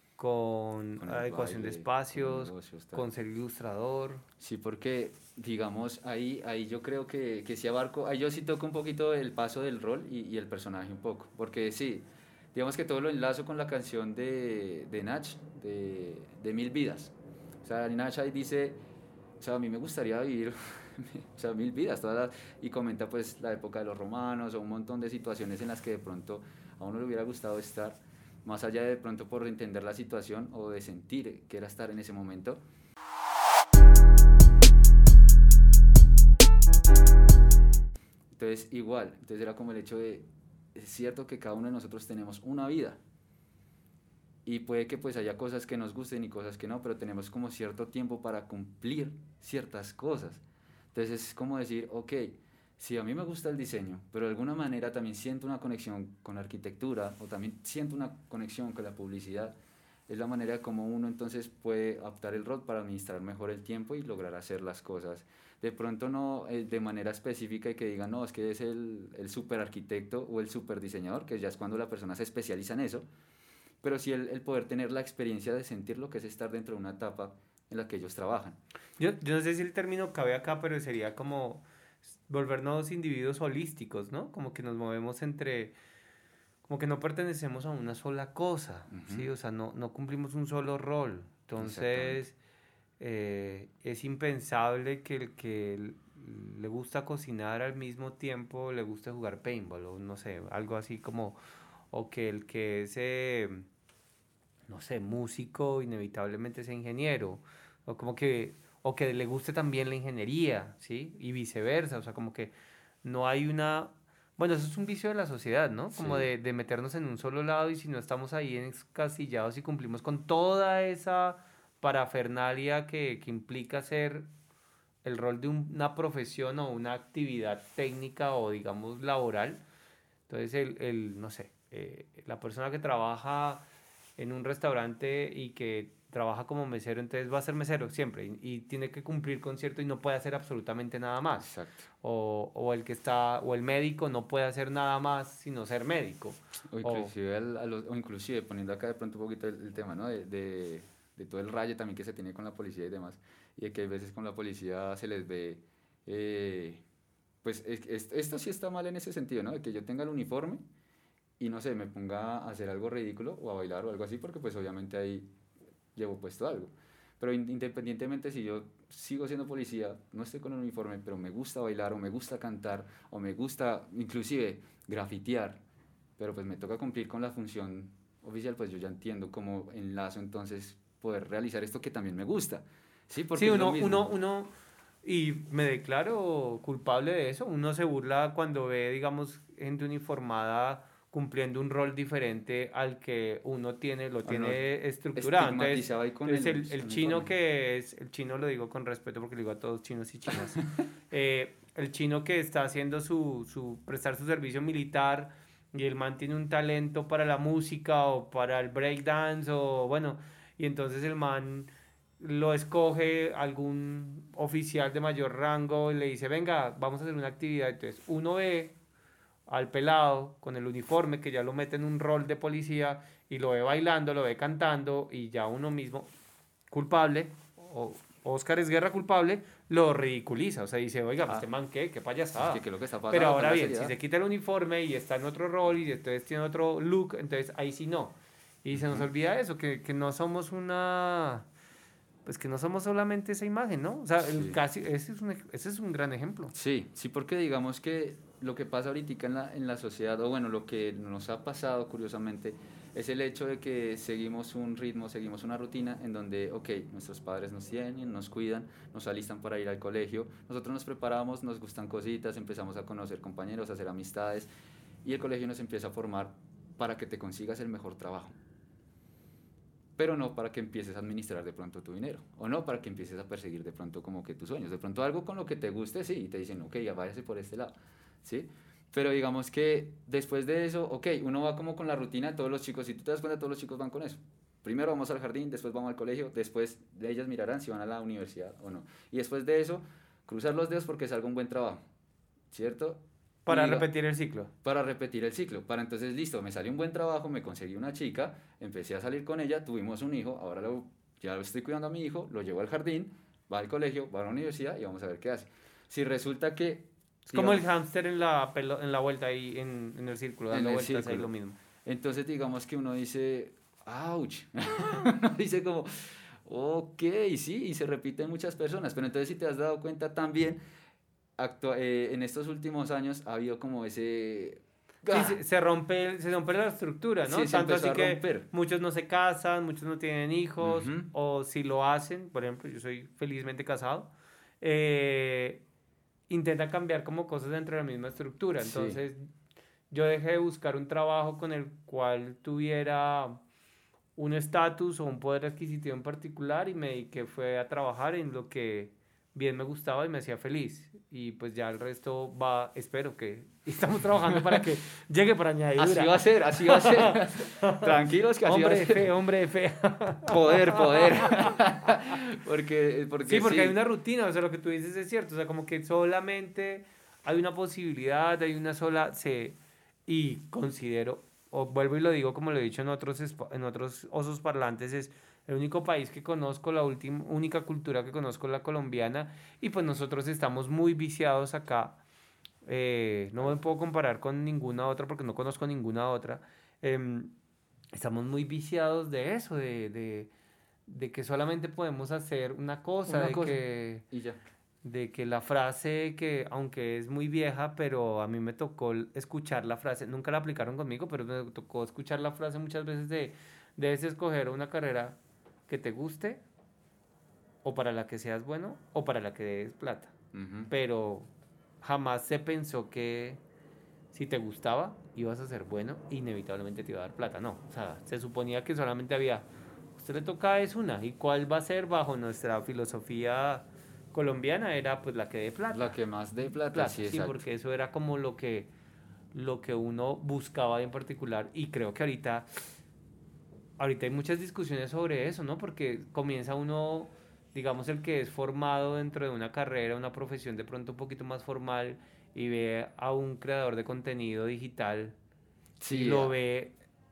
con, Con el adecuación de baile, con los espacios, negocios, tal. con ser ilustrador. Sí, porque, digamos, ahí, ahí yo creo que, que sí abarco, ahí yo sí toco un poquito el paso del rol y, y el personaje un poco, porque sí, digamos que todo lo enlazo con la canción de, de Nach, de, de Mil Vidas. O sea, Nach ahí dice, o sea, a mí me gustaría vivir, o sea, mil vidas, todas las, y comenta pues la época de los romanos o un montón de situaciones en las que de pronto a uno le hubiera gustado estar, más allá de, de pronto por entender la situación o de sentir que era estar en ese momento. Entonces, igual, entonces era como el hecho de, es cierto que cada uno de nosotros tenemos una vida, y puede que pues haya cosas que nos gusten y cosas que no, pero tenemos como cierto tiempo para cumplir ciertas cosas. Entonces es como decir, ok, si a mí me gusta el diseño, pero de alguna manera también siento una conexión con la arquitectura, o también siento una conexión con la publicidad, es la manera como uno entonces puede adaptar el rol para administrar mejor el tiempo y lograr hacer las cosas. De pronto no eh, de manera específica y que digan, no, es que es el, el super arquitecto o el super diseñador, que ya es cuando la persona se especializa en eso, pero sí el, el poder tener la experiencia de sentir lo que es estar dentro de una etapa en la que ellos trabajan. Yo, yo no sé si el término cabe acá, pero sería como volvernos individuos holísticos, ¿no? Como que nos movemos entre, como que no pertenecemos a una sola cosa, Ujú. ¿sí? O sea, no, no cumplimos un solo rol. Entonces, eh, es impensable que el que l- le gusta cocinar al mismo tiempo le guste jugar paintball, o no sé, algo así como, o que el que es, eh, no sé, músico, inevitablemente sea ingeniero, o como que, o que le guste también la ingeniería, ¿sí? Y viceversa, o sea, como que no hay una, bueno, eso es un vicio de la sociedad, ¿no? Como Sí. de, de meternos en un solo lado y si no estamos ahí encasillados y cumplimos con toda esa parafernalia que, que implica ser el rol de un- una profesión o una actividad técnica o digamos laboral, entonces, el, el no sé, eh, la persona que trabaja en un restaurante y que trabaja como mesero, entonces va a ser mesero siempre y, y tiene que cumplir con cierto y no puede hacer absolutamente nada más. Exacto. O, o el que está, o el médico no puede hacer nada más sino ser médico. O O, inclusive, al- a los- o inclusive poniendo acá de pronto un poquito el, el tema, ¿no? De, de, de todo el rayo también que se tiene con la policía y demás, y de que a veces con la policía se les ve, eh, pues es- es- esto sí está mal en ese sentido, ¿no? De que yo tenga el uniforme y no sé, me ponga a hacer algo ridículo o a bailar o algo así, porque pues obviamente ahí llevo puesto algo. Pero in- independientemente si yo sigo siendo policía, no estoy con el uniforme, pero me gusta bailar o me gusta cantar o me gusta inclusive grafitear, pero pues me toca cumplir con la función oficial, pues yo ya entiendo cómo enlazo entonces poder realizar esto que también me gusta. Sí, porque sí, es lo uno, mismo. uno, uno, y me declaro culpable de eso, uno se burla cuando ve, digamos, gente uniformada cumpliendo un rol diferente al que uno tiene, lo O no, tiene estructurado. Entonces, estigmatizado ahí con entonces el, el, el con el chino uniforme. que es, el chino lo digo con respeto porque le digo a todos chinos y chinas, eh, el chino que está haciendo su, su, prestar su servicio militar y el man tiene un talento para la música o para el breakdance o bueno, y entonces el man lo escoge algún oficial de mayor rango y le dice, venga, vamos a hacer una actividad. Entonces uno ve al pelado con el uniforme que ya lo mete en un rol de policía y lo ve bailando, lo ve cantando y ya uno mismo culpable, o Oscar es guerra culpable, lo ridiculiza, o sea, dice, oiga, pues este Ah, man, ¿qué? ¿Qué sí, es que payasada? qué es lo que está Pero pasando con ahora la bien, si seriedad. se quita el uniforme y está en otro rol y entonces tiene otro look, entonces ahí sí no. Y se nos Ujú. olvida eso, que, que no somos una... Pues que no somos solamente esa imagen, ¿no? O sea, el Sí. casi, ese, es un, ej- ese es un gran ejemplo. Sí, sí, porque digamos que lo que pasa ahorita en la, en la sociedad, o bueno, lo que nos ha pasado curiosamente, es el hecho de que seguimos un ritmo, seguimos una rutina en donde, ok, nuestros padres nos tienen, nos cuidan, nos alistan para ir al colegio, nosotros nos preparamos, nos gustan cositas, empezamos a conocer compañeros, a hacer amistades, y el colegio nos empieza a formar para que te consigas el mejor trabajo, pero no para que empieces a administrar de pronto tu dinero, o no para que empieces a perseguir de pronto como que tus sueños, de pronto algo con lo que te guste, sí, y te dicen, ok, ya váyase por este lado, ¿sí? Pero digamos que después de eso, ok, uno va como con la rutina de todos los chicos, si tú te das cuenta, todos los chicos van con eso. Primero vamos al jardín, después vamos al colegio, después de ellas mirarán si van a la universidad o no. Y después de eso, cruzar los dedos porque salga un buen trabajo, ¿cierto? Y Para diga, repetir el ciclo. para repetir el ciclo. Para entonces, listo, me salió un buen trabajo, me conseguí una chica, empecé a salir con ella, tuvimos un hijo, ahora lo, ya lo estoy cuidando a mi hijo, lo llevo al jardín, va al colegio, va a la universidad y vamos a ver qué hace. Si resulta que, Es como el digamos, hámster en la, pelo- en la vuelta ahí, en, en el círculo, en dando el vueltas ahí lo círculo, mismo. entonces digamos que uno dice, ouch, uno dice como, ok, sí, y se repite en muchas personas, pero entonces si te has dado cuenta también, actua- eh, en estos últimos años ha habido como ese... Sí, ¡Ah! se, se rompe, se rompe la estructura, Sí, ¿no? se Tanto empezó así a que romper. muchos no se casan, muchos no tienen hijos, Ujú. o si lo hacen, por ejemplo, yo soy felizmente casado, eh, intenta cambiar como cosas dentro de la misma estructura. Sí. Entonces, yo dejé de buscar un trabajo con el cual tuviera un estatus o un poder adquisitivo en particular y me dediqué fue a trabajar en lo que bien me gustaba y me hacía feliz. Y pues ya el resto va, espero que estamos trabajando para que llegue por Así va a añadidura. ser, así va a ser. Tranquilos que así va a Hombre de fe, ser. hombre de fe. Poder, poder. porque, Sí, porque porque hay sí. una rutina, o sea, lo que tú dices es cierto, o sea, como que solamente hay una posibilidad, hay una sola, se, y considero, o vuelvo y lo digo como lo he dicho en otros, espa- en otros osos parlantes, es el único país que conozco, la última, única cultura que conozco, la colombiana, y pues nosotros estamos muy viciados acá, eh, no me puedo comparar con ninguna otra porque no conozco ninguna otra, em, estamos muy viciados de eso, de, de de que solamente podemos hacer una cosa, Una de cosa. que, Y ya. de que la frase que, aunque es muy vieja, pero a mí me tocó l- escuchar la frase, nunca la aplicaron conmigo, pero me tocó escuchar la frase muchas veces de, debes escoger una carrera que te guste, o para la que seas bueno, o para la que des plata. Ujú. Pero jamás se pensó que si te gustaba, ibas a ser bueno, inevitablemente te iba a dar plata. No, o sea, se suponía que solamente había, usted le toca es una, y cuál va a ser bajo nuestra filosofía colombiana era pues la que dé La plata. que más de plata, Plata, sí, sí, exacto. porque eso era como lo que, lo que uno buscaba en particular, y creo que ahorita, ahorita hay muchas discusiones sobre eso, ¿no? Porque comienza uno, digamos, el que es formado dentro de una carrera, una profesión de pronto un poquito más formal, y ve a un creador de contenido digital y Sí, lo a- ve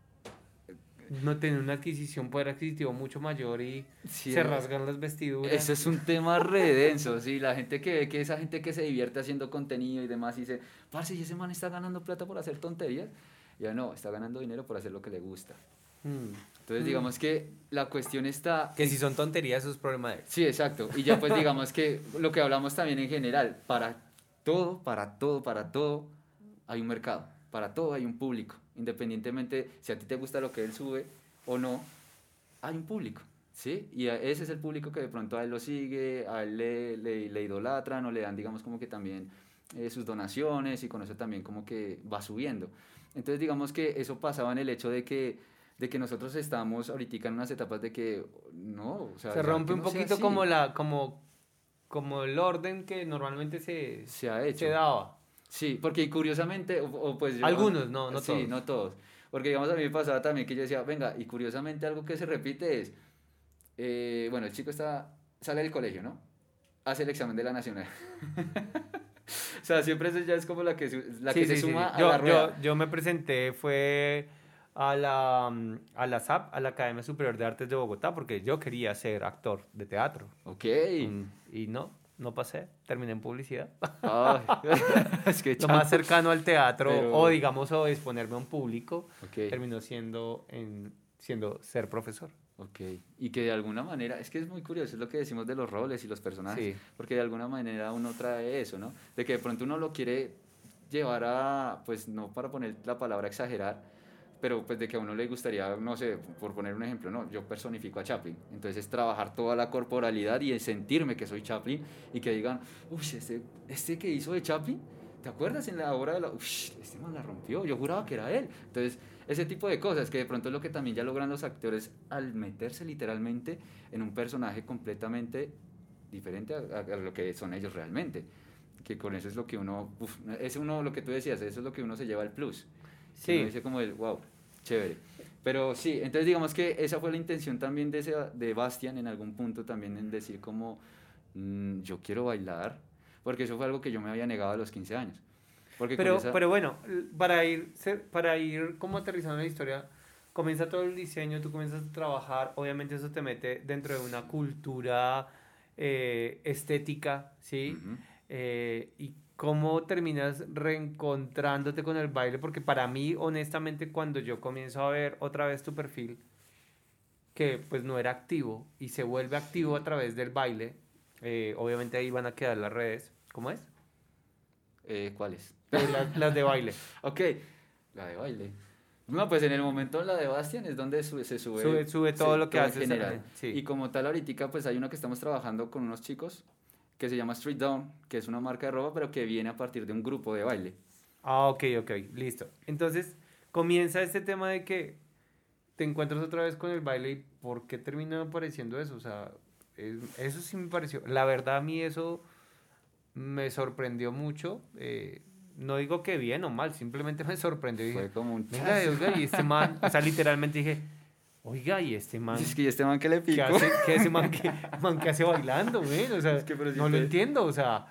no tener una adquisición, poder adquisitivo mucho mayor y sí, se es- rasgan las ese vestiduras. es un tema re denso, sí, la gente que ve que esa gente que se divierte haciendo contenido y demás y dice, parce, ¿y ese man está ganando plata por hacer tonterías? Ya no, está ganando dinero por hacer lo que le gusta. Mm, Entonces, mm. digamos que la cuestión está Que en... si son tonterías, eso es problema de él. Sí, exacto. Y ya pues digamos que lo que hablamos también en general, para todo, para todo, para todo, hay un mercado, para todo hay un público. Independientemente si a ti te gusta lo que él sube o no, hay un público, ¿sí? Y a- ese es el público que de pronto a él lo sigue, a él le, le, le idolatran o le dan, digamos, como que también eh, sus donaciones y con eso también como que va subiendo. Entonces digamos que eso pasaba en el hecho de que, de que nosotros estamos ahorita en unas etapas de que no, o sea, Se ya rompe que un no sea poquito así. como la, como, como el orden que normalmente se, Se ha se hecho. daba. Sí, porque curiosamente, o, o pues yo... Algunos, no, no Sí, todos. no todos. Porque digamos a mí me pasaba también que yo decía, venga, y curiosamente algo que se repite es, eh, bueno, el chico está, sale del colegio, ¿no? Hace el examen de la nacional. O sea, siempre eso ya es como la que, su- la que Sí, se sí, sí, suma sí. a la Yo, yo, rueda. yo me presenté, fue a la, mm, a la S A P, a la Academia Superior de Artes de Bogotá, porque yo quería ser actor de teatro. Ok. Mm, Y no, no pasé, terminé en publicidad. Ay, es que Lo más chao. cercano al teatro, o Pero, digamos, o exponerme a un público, ok, terminó siendo, en, siendo ser profesor. ok. Y que de alguna manera, es que es muy curioso, es lo que decimos de los roles y los personajes, Sí, porque de alguna manera uno trae eso, ¿no? De que de pronto uno lo quiere llevar a, pues no para poner la palabra exagerar, pero pues de que a uno le gustaría, no sé, por poner un ejemplo, no, yo personifico a Chaplin, entonces es trabajar toda la corporalidad y sentirme que soy Chaplin y que digan, uy, este, este que hizo de Chaplin, ¿te acuerdas en la obra de la, uy, este man la rompió, yo juraba que era él, entonces ese tipo de cosas que de pronto es lo que también ya logran los actores al meterse literalmente en un personaje completamente diferente a, a- a lo que son ellos realmente, que con eso es lo que uno, uf, es uno lo que tú decías, eso es lo que uno se lleva el plus, que uno sí, dice como el, wow, chévere. Pero sí, entonces digamos que esa fue la intención también de, ese, de Bastian en algún punto también en decir como, mm, yo quiero bailar, porque eso fue algo que yo me había negado a los quince años. Porque con pero, esa... pero bueno, l- para ir, se- para ir como aterrizando la historia, comienza todo el diseño, tú comienzas a trabajar, obviamente eso te mete dentro de una cultura eh, estética, ¿sí? Ujú. Eh, y cómo terminas reencontrándote con el baile, porque para mí, honestamente, cuando yo comienzo a ver otra vez tu perfil, que pues no era activo y se vuelve activo a Sí. través del baile, eh, obviamente ahí van a quedar las redes, ¿cómo es? Eh, ¿cuáles? Eh, las, las de baile. Ok, la de baile. No, pues en el momento la de Bastian es donde sube- se sube Sube, sube todo se- lo que todo en haces. general. eh, Sí. Y como tal ahorita pues hay uno que estamos trabajando con unos chicos que se llama Street Down, que es una marca de ropa pero que viene a partir de un grupo de baile. Ah, ok, ok, listo. Entonces comienza este tema de que te encuentras otra vez con el baile y ¿por qué termina apareciendo eso? O sea, es- eso sí me pareció. La verdad a mí eso me sorprendió mucho. eh, no digo que bien o mal, simplemente me sorprendió y dije, Fue como un venga, chas. oiga, y este man, o sea, literalmente dije, oiga, y este Es man, que ¿y este man que le ¿qué pico? hace, qué ese man que, man que hace bailando, güey? O sea, Es que pero si no lo te... entiendo, o sea,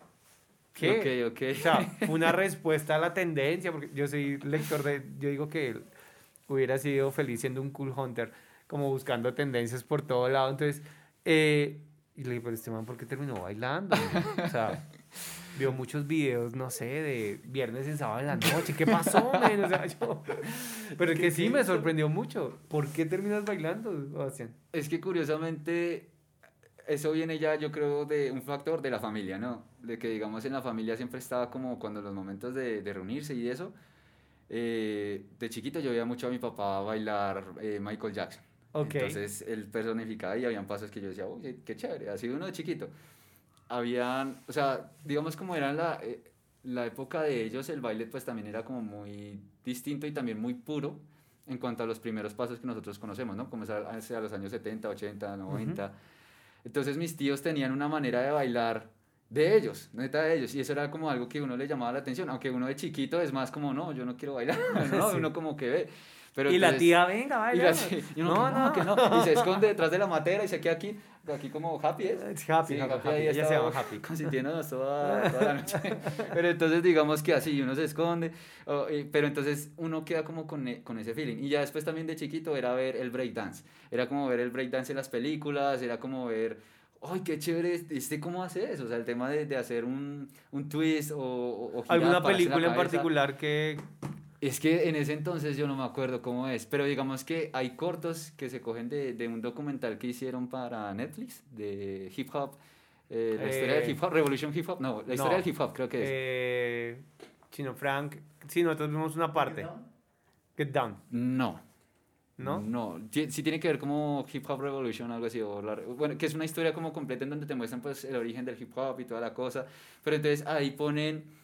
Ok, ¿qué? ok. O sea, fue una respuesta a la tendencia, porque yo soy lector de, yo digo que hubiera sido feliz siendo un cool hunter, como buscando tendencias por todo lado, entonces, eh, y le dije, pero este man, ¿por qué terminó bailando, güey? O sea, vio muchos videos, no sé, de viernes en sábado en la noche, ¿qué pasó, men? O sea, yo, pero es ¿Qué, que sí qué me hizo? sorprendió mucho, ¿por qué terminas bailando, Sebastián? Es que curiosamente eso viene ya, yo creo, de un factor de la familia, ¿no? De que, digamos, en la familia siempre estaba como cuando los momentos de, de reunirse y eso. eh, de chiquito yo veía mucho a mi papá bailar eh, Michael Jackson. Ok, Entonces él personificaba y habían pasos que yo decía, uy, qué chévere, así uno de chiquito. Habían, o sea, digamos como era la, eh, la época de ellos, el baile pues también era como muy distinto y también muy puro en cuanto a los primeros pasos que nosotros conocemos, ¿no? Como es a, hacia los años setenta ochenta ujú, noventa. Entonces mis tíos tenían una manera de bailar de ellos, neta de ellos, y eso era como algo que uno le llamaba la atención, aunque uno de chiquito es más como, no, yo no quiero bailar, ¿no? sí. Uno como que ve, pero Y la entonces, tía, venga, y, la, bailemos. y uno que No, no, no. que no, y se esconde detrás de la matera y se queda aquí, aquí como Happy es, Es Happy, sí, happy, Happy happy. ahí Ella se llama estaba Happy. consintiéndonos toda, toda la noche, pero entonces digamos que así, uno se esconde, o, y- pero entonces uno queda como con, e- con ese feeling, y ya después también de chiquito era ver el breakdance, era como ver el breakdance en las películas, era como ver ¡ay, qué chévere! ¿Este este cómo hace eso? O sea, el tema de, de hacer un, un twist o, o, o girar, ¿Alguna pararse la película en cabeza. particular que... Es que en ese entonces yo no me acuerdo cómo es, pero digamos que hay cortos que se cogen de, de un documental que hicieron para Netflix de hip hop, eh, la historia del eh, hip hop, Revolution Hip Hop, no, la historia del no. hip hop creo que es. Eh, Chino Frank. Sí, nosotros vimos una parte. Get Down, No, ¿no? no, ti- sí tiene que ver como Hip Hop Revolution, algo así, o la- bueno, que es una historia como completa en donde te muestran pues el origen del hip hop y toda la cosa, pero entonces ahí ponen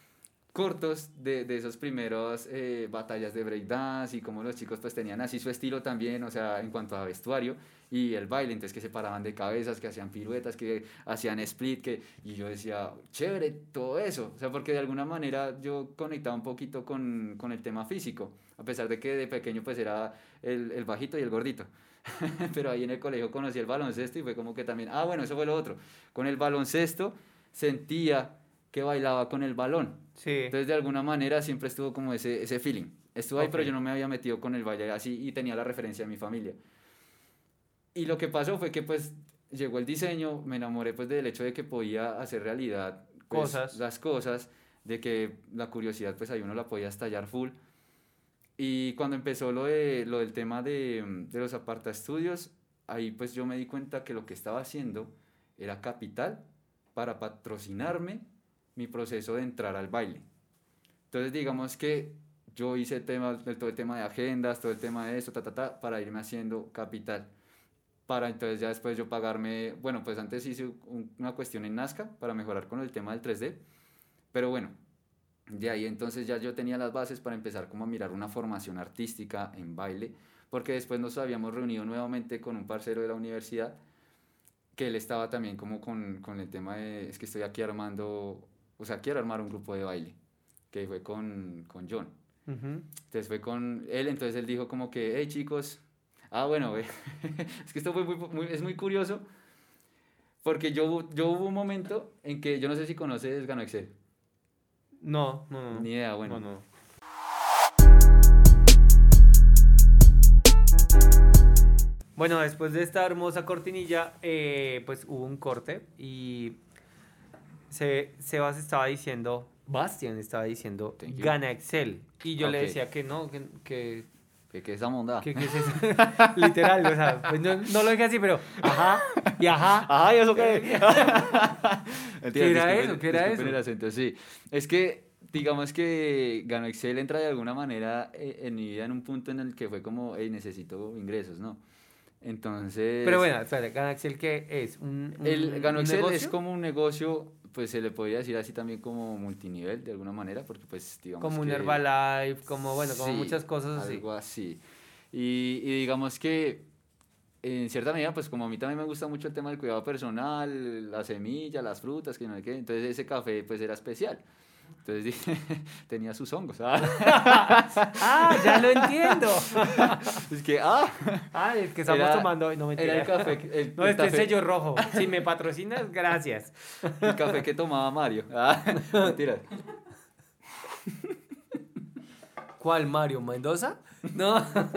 cortos de, de esos primeros eh, batallas de breakdance y cómo los chicos pues tenían así su estilo también, o sea, en cuanto a vestuario y el baile, entonces que se paraban de cabezas, que hacían piruetas, que hacían split, que, y yo decía, chévere, todo eso, o sea, porque de alguna manera yo conectaba un poquito con, con el tema físico, a pesar de que de pequeño pues era el, el bajito y el gordito. Pero ahí en el colegio conocí el baloncesto y fue como que también, ah, bueno, eso fue lo otro. Con el baloncesto sentía que bailaba con el balón. Sí. Entonces, de alguna manera, siempre estuvo como ese, ese feeling. Estuve ahí, Ok. pero yo no me había metido con el baile así y tenía la referencia de mi familia. Y lo que pasó fue que, pues, llegó el diseño, me enamoré, pues, del hecho de que podía hacer realidad, pues, Cosas. las cosas, de que la curiosidad, pues, ahí uno la podía estallar full. Y cuando empezó lo, de, lo del tema de, de los apartaestudios, ahí, pues, yo me di cuenta que lo que estaba haciendo era capital para patrocinarme mi proceso de entrar al baile. Entonces, digamos que yo hice tema, todo el tema de agendas, todo el tema de esto, ta, ta, ta, para irme haciendo capital. Para entonces ya después yo pagarme, bueno, pues antes hice un, una cuestión en Nazca para mejorar con el tema del tres D, pero bueno, de ahí entonces ya yo tenía las bases para empezar como a mirar una formación artística en baile, porque después nos habíamos reunido nuevamente con un parcero de la universidad, que él estaba también como con, con el tema de, es que estoy aquí armando, o sea, quiero armar un grupo de baile, que fue con, con John. Ujú. Entonces fue con él, entonces él dijo como que, hey chicos, ah bueno, ve, es que esto fue muy, muy- es muy curioso, porque yo, yo hubo un momento en que, yo no sé si conoces Gano Excel, No, no, no. ni idea, bueno. No, no. Bueno, después de esta hermosa cortinilla, eh, pues hubo un corte y se, Sebas estaba diciendo, Bastian estaba diciendo, Thank you. gana Excel. Y yo le Ok. decía que no, que, que, Que, que esa monda. que, que es eso. Literal, o sea, pues no, no lo dije así, pero ajá, y ajá. Ay, ¿eso qué? ¿Qué era eso? ¿Qué era disculpen eso? el acento, sí. Es que, digamos que Gano Excel entra de alguna manera eh, en mi vida en un punto en el que fue como, hey, necesito ingresos, ¿no? Entonces... Pero bueno, espera, gana Excel, ¿qué es? ¿Un, un, El Gano un Excel es negocio? como un negocio, pues se le podría decir así también como multinivel de alguna manera, porque pues digamos Como un que... Herbalife, como, bueno, como Sí, muchas cosas así. algo así. Y, y digamos que en cierta medida, pues como a mí también me gusta mucho el tema del cuidado personal, las semillas, las frutas, que no sé qué, entonces ese café pues era especial. Entonces dije, tenía sus hongos. ¿Ah? Ah, ya lo entiendo. Es que, ah, Ah, el que estamos Era- tomando hoy, no me era el café, que- el, No, el este es café, sello rojo. Si me patrocinas, gracias. el café que tomaba Mario. Ah, mentira. ¿Cuál, Mario? ¿Mendoza? No.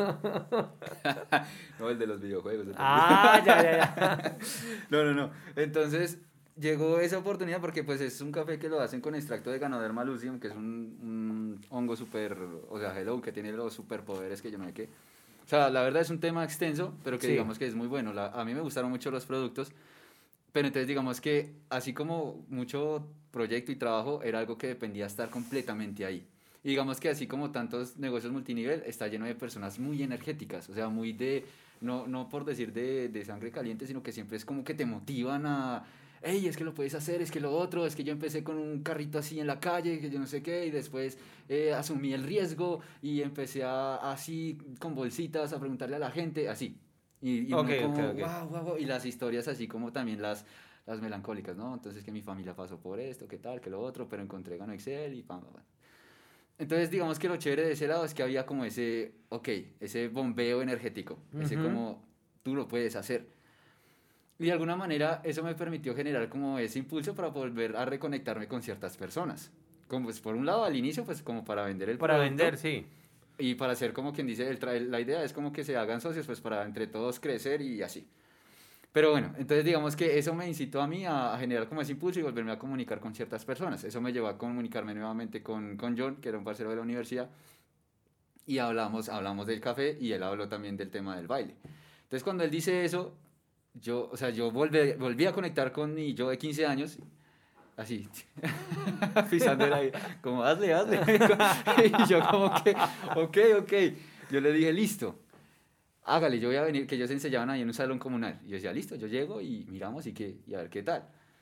No, el de los videojuegos. el de- Ah, ya, ya, ya. No, no, no. Entonces llegó esa oportunidad porque pues es un café que lo hacen con extracto de Ganoderma lucium, que es un, un hongo súper, o sea, hello, que tiene los superpoderes que yo no sé qué. O sea, la verdad es un tema extenso, pero que Sí. digamos que es muy bueno. La- a mí me gustaron mucho los productos, pero entonces digamos que así como mucho proyecto y trabajo era algo que dependía estar completamente ahí. Y digamos que así como tantos negocios multinivel, está lleno de personas muy energéticas, o sea, muy de, no, no por decir de, de sangre caliente, sino que siempre es como que te motivan a, hey, es que lo puedes hacer, es que lo otro, es que yo empecé con un carrito así en la calle, que yo no sé qué, y después eh, asumí el riesgo y empecé a, así con bolsitas a preguntarle a la gente, así. Y, y Ok, uno ok, como, ok. wow, wow, wow, y las historias así como también las, las melancólicas, ¿no? Entonces que mi familia pasó por esto, que tal, que lo otro, pero encontré Gano Excel y pam, pam, pam. Entonces, digamos que lo chévere de ese lado es que había como ese, ok, ese bombeo energético, ese Ujú. como, tú lo puedes hacer. Y de alguna manera eso me permitió generar como ese impulso para volver a reconectarme con ciertas personas. Como pues por un lado al inicio pues como para vender el Para producto vender, sí. y para hacer como quien dice, el tra- la idea es como que se hagan socios pues para entre todos crecer y así. Pero bueno, entonces digamos que eso me incitó a mí a, a generar como ese impulso y volverme a comunicar con ciertas personas. Eso me llevó a comunicarme nuevamente con, con John, que era un parcero de la universidad, y hablamos, hablamos del café y él habló también del tema del baile. Entonces cuando él dice eso, yo, o sea, yo volví, volví a conectar con mi yo de quince años, así, pisándole ahí, como hazle, hazle. Y yo como que, ok, ok. Yo le dije, listo. Hágale, yo voy a venir, que ellos enseñaban ahí en un salón comunal. Y yo decía, listo, yo llego y miramos y, que, y a ver qué tal.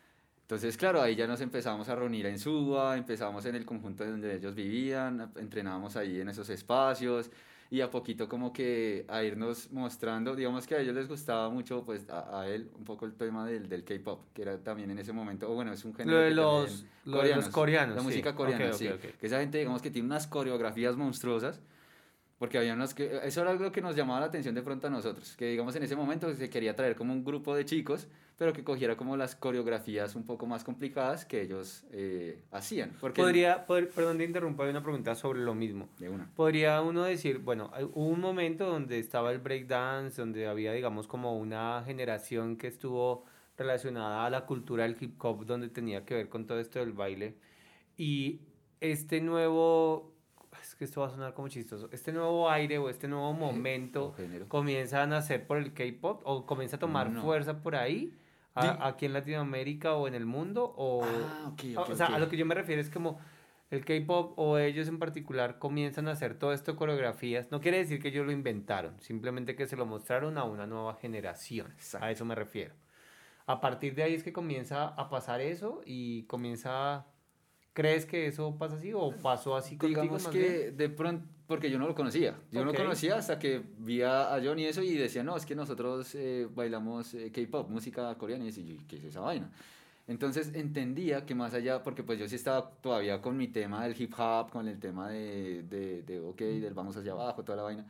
Entonces, claro, ahí ya nos empezamos a reunir en Suba, empezamos en el conjunto donde ellos vivían, entrenábamos ahí en esos espacios y a poquito como que a irnos mostrando, digamos que a ellos les gustaba mucho, pues a, a él un poco el tema del, del K-pop, que era también en ese momento, o bueno, es un Lo género de que también, los, lo de los coreanos, la coreanos, sí. música Ok, coreana, ok, sí, ok. que esa gente digamos que tiene unas coreografías monstruosas porque había unos que, eso era algo que nos llamaba la atención de pronto a nosotros, que digamos en ese momento se quería traer como un grupo de chicos, pero que cogiera como las coreografías un poco más complicadas que ellos eh, hacían. Porque el- Podría, poder- perdón, te interrumpo, hay una pregunta sobre lo mismo. de una. Podría uno decir, bueno, hay- hubo un momento donde estaba el breakdance, donde había, digamos, como una generación que estuvo relacionada a la cultura del hip hop, donde tenía que ver con todo esto del baile. Y este nuevo, es que esto va a sonar como chistoso, este nuevo aire o este nuevo Ge- o momento género. comienza a nacer por el K-pop o comienza a tomar No. fuerza por ahí, Di- a- aquí en Latinoamérica o en el mundo, o, ah, ok, o ok, o sea, ok. a lo que yo me refiero es como el K-pop o ellos en particular comienzan a hacer todo esto coreografías. No quiere decir que ellos lo inventaron, simplemente que se lo mostraron a una nueva generación. A Exacto. eso me refiero. A partir de ahí es que comienza a pasar eso y comienza. ¿Crees que eso pasa así o pasó así contigo Digamos más bien? que de pronto, porque yo no lo conocía, yo no Ok. conocía hasta que vi a, a Johnny eso y decía, no, es que nosotros eh, bailamos eh, K-pop, música coreana, y yo, "¿Y ¿qué es esa vaina?". Entonces entendía que más allá, porque pues yo sí estaba todavía con mi tema del hip hop, con el tema de, de, de ok, del vamos hacia abajo, toda la vaina,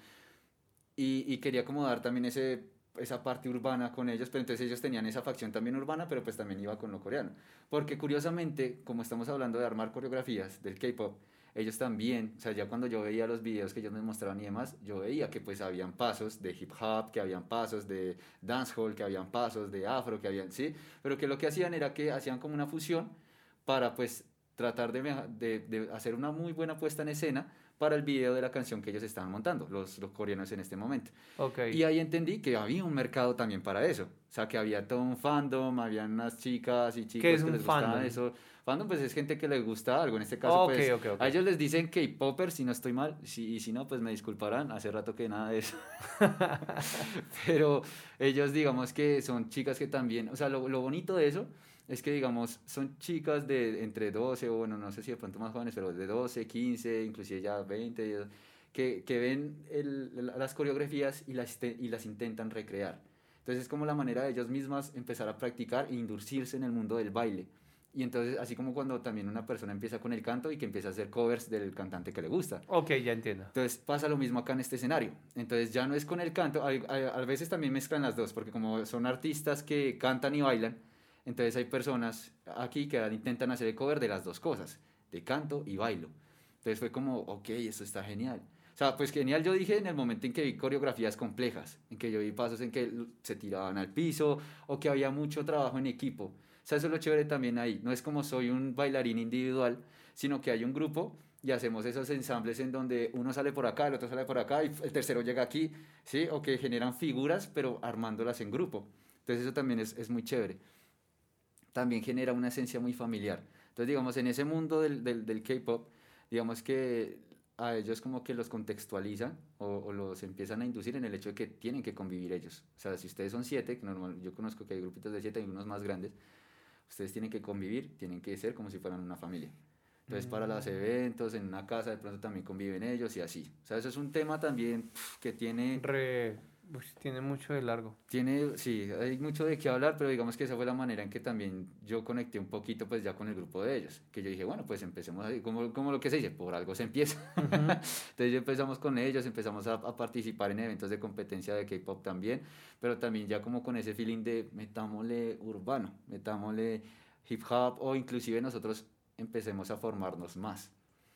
y, y quería como dar también ese, esa parte urbana con ellos, pero entonces ellos tenían esa facción también urbana, pero pues también iba con lo coreano. Porque curiosamente, como estamos hablando de armar coreografías del K-pop, ellos también, o sea, ya cuando yo veía los videos que ellos me mostraban y demás, yo veía que pues habían pasos de hip hop, que habían pasos de dancehall, que habían pasos de afro, que habían, sí, pero que lo que hacían era que hacían como una fusión para pues tratar de, meja- de, de hacer una muy buena puesta en escena para el video de la canción que ellos estaban montando, los, los coreanos en este momento. Ok. Y ahí entendí que había un mercado también para eso. O sea, que había todo un fandom, habían unas chicas y ¿Qué chicos es que un les gustaba fandom? eso. Fandom, pues es gente que les gusta algo. En este caso, Ok, pues ok, ok. a ellos les dicen K-popers, si no estoy mal. Si, y si no, pues me disculparán. Hace rato que nada de eso. Pero ellos, digamos que son chicas que también. O sea, lo, lo bonito de eso es que, digamos, son chicas de entre doce o bueno, no sé si de pronto más jóvenes, pero de doce quince inclusive ya veinte que, que ven el- las coreografías y las, te- y las intentan recrear. Entonces es como la manera de ellos mismas empezar a practicar e inducirse en el mundo del baile. Y entonces, así como cuando también una persona empieza con el canto y que empieza a hacer covers del cantante que le gusta. Ok, ya entiendo. Entonces pasa lo mismo acá en este escenario. Entonces ya no es con el canto, a, a- a veces también mezclan las dos, porque como son artistas que cantan y bailan, entonces hay personas aquí que intentan hacer el cover de las dos cosas, de canto y bailo. Entonces fue como, ok, esto está genial. O sea, pues genial yo dije en el momento en que vi coreografías complejas, en que yo vi pasos en que se tiraban al piso o que había mucho trabajo en equipo. O sea, eso es lo chévere también ahí. No es como soy un bailarín individual, sino que hay un grupo y hacemos esos ensambles en donde uno sale por acá, el otro sale por acá y el tercero llega aquí, ¿sí? O que generan figuras, pero armándolas en grupo. Entonces eso también es, es muy chévere. También genera una esencia muy familiar. Entonces, digamos, en ese mundo del, del, del K-pop, digamos que a ellos como que los contextualizan o, o los empiezan a inducir en el hecho de que tienen que convivir ellos. O sea, si ustedes son siete, que normal, yo conozco que hay grupitos de siete, hay unos más grandes, ustedes tienen que convivir, tienen que ser como si fueran una familia. Entonces, para los Mm. eventos, en una casa, de pronto también conviven ellos y así. O sea, eso es un tema también pf, que tiene, Re... uy, tiene mucho de largo. tiene, sí, hay mucho de qué hablar, pero digamos que esa fue la manera en que también yo conecté un poquito pues ya con el grupo de ellos. Que yo dije, bueno, pues empecemos así, como, como lo que se dice, por algo se empieza. Ujú. Entonces ya empezamos con ellos, empezamos a, a participar en eventos de competencia de K-pop también, pero también ya como con ese feeling de metámosle urbano, metámosle hip hop o inclusive nosotros empecemos a formarnos más.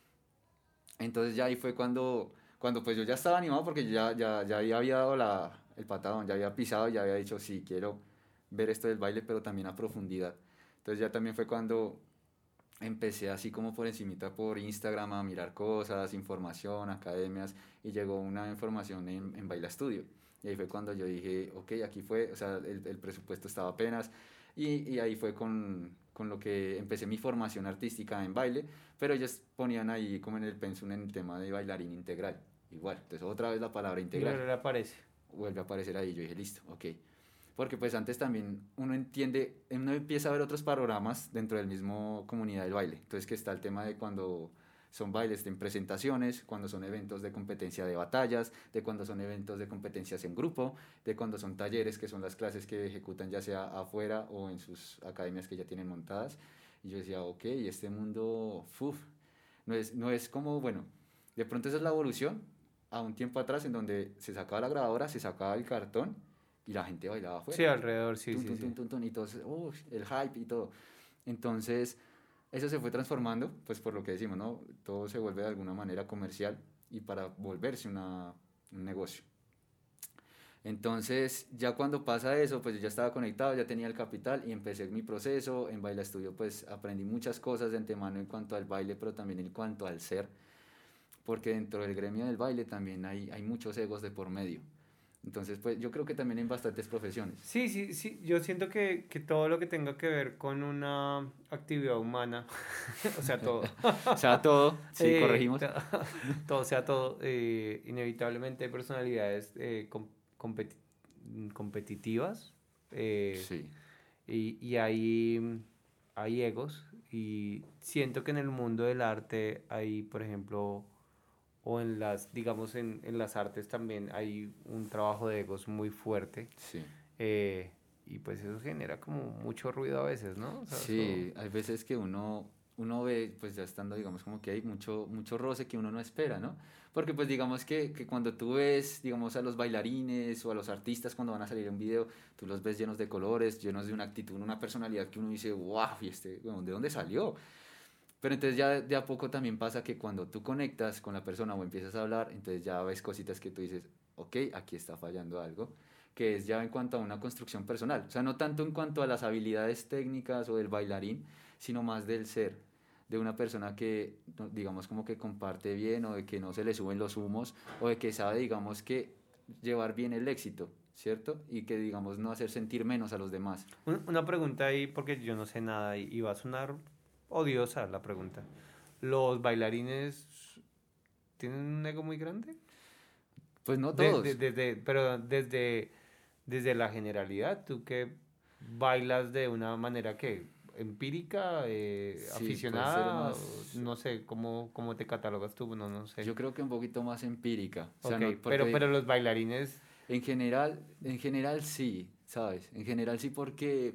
Entonces ya ahí fue cuando, cuando pues yo ya estaba animado porque ya, ya, ya ahí había dado la, el patadón, ya había pisado, ya había dicho, sí, quiero ver esto del baile, pero también a profundidad. Entonces ya también fue cuando empecé así como por encimita por Instagram a mirar cosas, información, academias, y llegó una información en, en Baila Studio. Y ahí fue cuando yo dije, ok, aquí fue, o sea, el, el presupuesto estaba apenas, y, y ahí fue con, con lo que empecé mi formación artística en baile, pero ellos ponían ahí como en el pensum en el tema de bailarín integral, igual. Entonces otra vez la palabra Y integral luego le aparece. vuelve a aparecer ahí, yo dije, listo, ok. porque pues antes también uno entiende, uno empieza a ver otros panoramas dentro del mismo comunidad del baile. Entonces que está el tema de cuando son bailes en presentaciones, cuando son eventos de competencia de batallas, de cuando son eventos de competencias en grupo, de cuando son talleres, que son las clases que ejecutan ya sea afuera o en sus academias que ya tienen montadas. Y yo decía, ok, este mundo, uf, no es, no es como, bueno, de pronto esa es la evolución a un tiempo atrás en donde se sacaba la grabadora, se sacaba el cartón y la gente bailaba afuera. Sí, alrededor, sí, Tun, sí, tun, sí. tun, tun, tun, y todo, uh, el hype y todo. Entonces, eso se fue transformando, pues por lo que decimos, ¿no? Todo se vuelve de alguna manera comercial y para volverse una, un negocio. Entonces, ya cuando pasa eso, pues yo ya estaba conectado, ya tenía el capital y empecé mi proceso. En Baila Estudio, pues aprendí muchas cosas de antemano en cuanto al baile, pero también en cuanto al ser, porque dentro del gremio del baile también hay, hay muchos egos de por medio. Entonces, pues yo creo que también en bastantes profesiones. Sí, sí, sí, yo siento que, que todo lo que tenga que ver con una actividad humana, o sea, todo, O sea, todo, sí, eh, corregimos. to- todo sea todo, eh, inevitablemente hay personalidades eh, com- competi- mm, competitivas eh, Sí, y, y hay, hay egos y siento que en el mundo del arte hay, por ejemplo, o en las, digamos, en, en las artes también hay un trabajo de egos muy fuerte sí. eh, y pues eso genera como mucho ruido a veces, ¿no? O sea, eso... Sí, hay veces que uno, uno ve, pues ya estando, digamos, como que hay mucho, mucho roce que uno no espera, ¿no? Porque pues digamos que, que cuando tú ves, digamos, a los bailarines o a los artistas cuando van a salir en un video, tú los ves llenos de colores, llenos de una actitud, una personalidad que uno dice, wow, ¿y este, bueno, de dónde salió? Pero entonces ya de a poco también pasa que cuando tú conectas con la persona o empiezas a hablar, entonces ya ves cositas que tú dices, ok, aquí está fallando algo, que es ya en cuanto a una construcción personal. O sea, no tanto en cuanto a las habilidades técnicas o del bailarín, sino más del ser, de una persona que, no- digamos, como que comparte bien o de que no se le suben los humos o de que sabe, digamos, que llevar bien el éxito, ¿cierto? Y que, digamos, no hacer sentir menos a los demás. Un- Una pregunta ahí, porque yo no sé nada y, y va a sonar odiosa la pregunta. ¿Los bailarines tienen un ego muy grande? Pues no De- de- todos. desde, pero desde, desde la generalidad, ¿tú que bailas de una manera que empírica, eh, Sí, puede ser aficionada? O más. no sé, ¿cómo, cómo te catalogas tú? No, no sé. Yo creo que un poquito más empírica. O sea, Ok, no, pero, pero porque los bailarines, en general, en general sí, ¿sabes? En general sí porque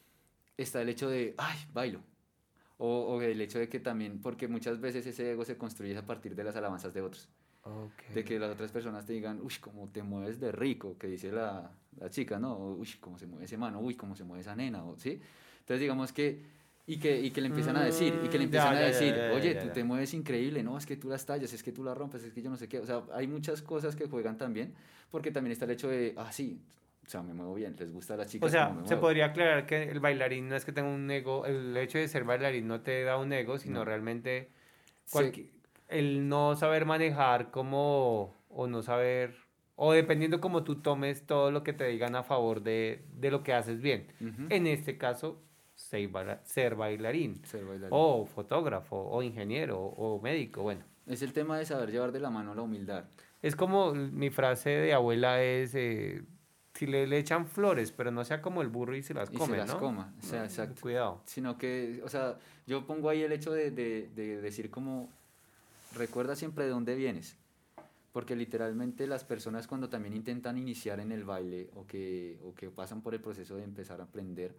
está el hecho de, ay, bailo. O, o el hecho de que también, porque muchas veces ese ego se construye a partir de las alabanzas de otros. ok. De que las otras personas te digan, uy, cómo te mueves de rico, que dice la, la chica, ¿no? O, uy, cómo se mueve ese mano, uy, cómo se mueve esa nena, o, ¿sí? Entonces digamos que, y que, y que le empiezan a decir, y que le Mm, ya, empiezan a ya, ya, decir, ya, ya, oye, ya, tú te ya. mueves increíble, no, es que tú las tallas, es que tú las rompes, es que yo no sé qué, o sea, hay muchas cosas que juegan también, porque también está el hecho de, ah, sí, o sea, me muevo bien, les gusta a las O chicas como sea, me se muevo. podría aclarar que el bailarín no es que tenga un ego, el hecho de ser bailarín no te da un ego, sino No, realmente se, cualqui- el no saber manejar como, o no saber, o dependiendo como tú tomes todo lo que te digan a favor de, de lo que haces bien. ujú, En este caso, ser, baila- ser bailarín, ser bailarín. o fotógrafo, o ingeniero, o médico, bueno. Es el tema de saber llevar de la mano la humildad. Es como mi frase de abuela es, eh, si le, le echan flores, pero no sea como el burro y se las Y se comen, las ¿no? coma, o sea, No, exacto. cuidado. Sino que, o sea, yo pongo ahí el hecho de, de, de decir como, recuerda siempre de dónde vienes, porque literalmente las personas cuando también intentan iniciar en el baile o que, o que pasan por el proceso de empezar a aprender,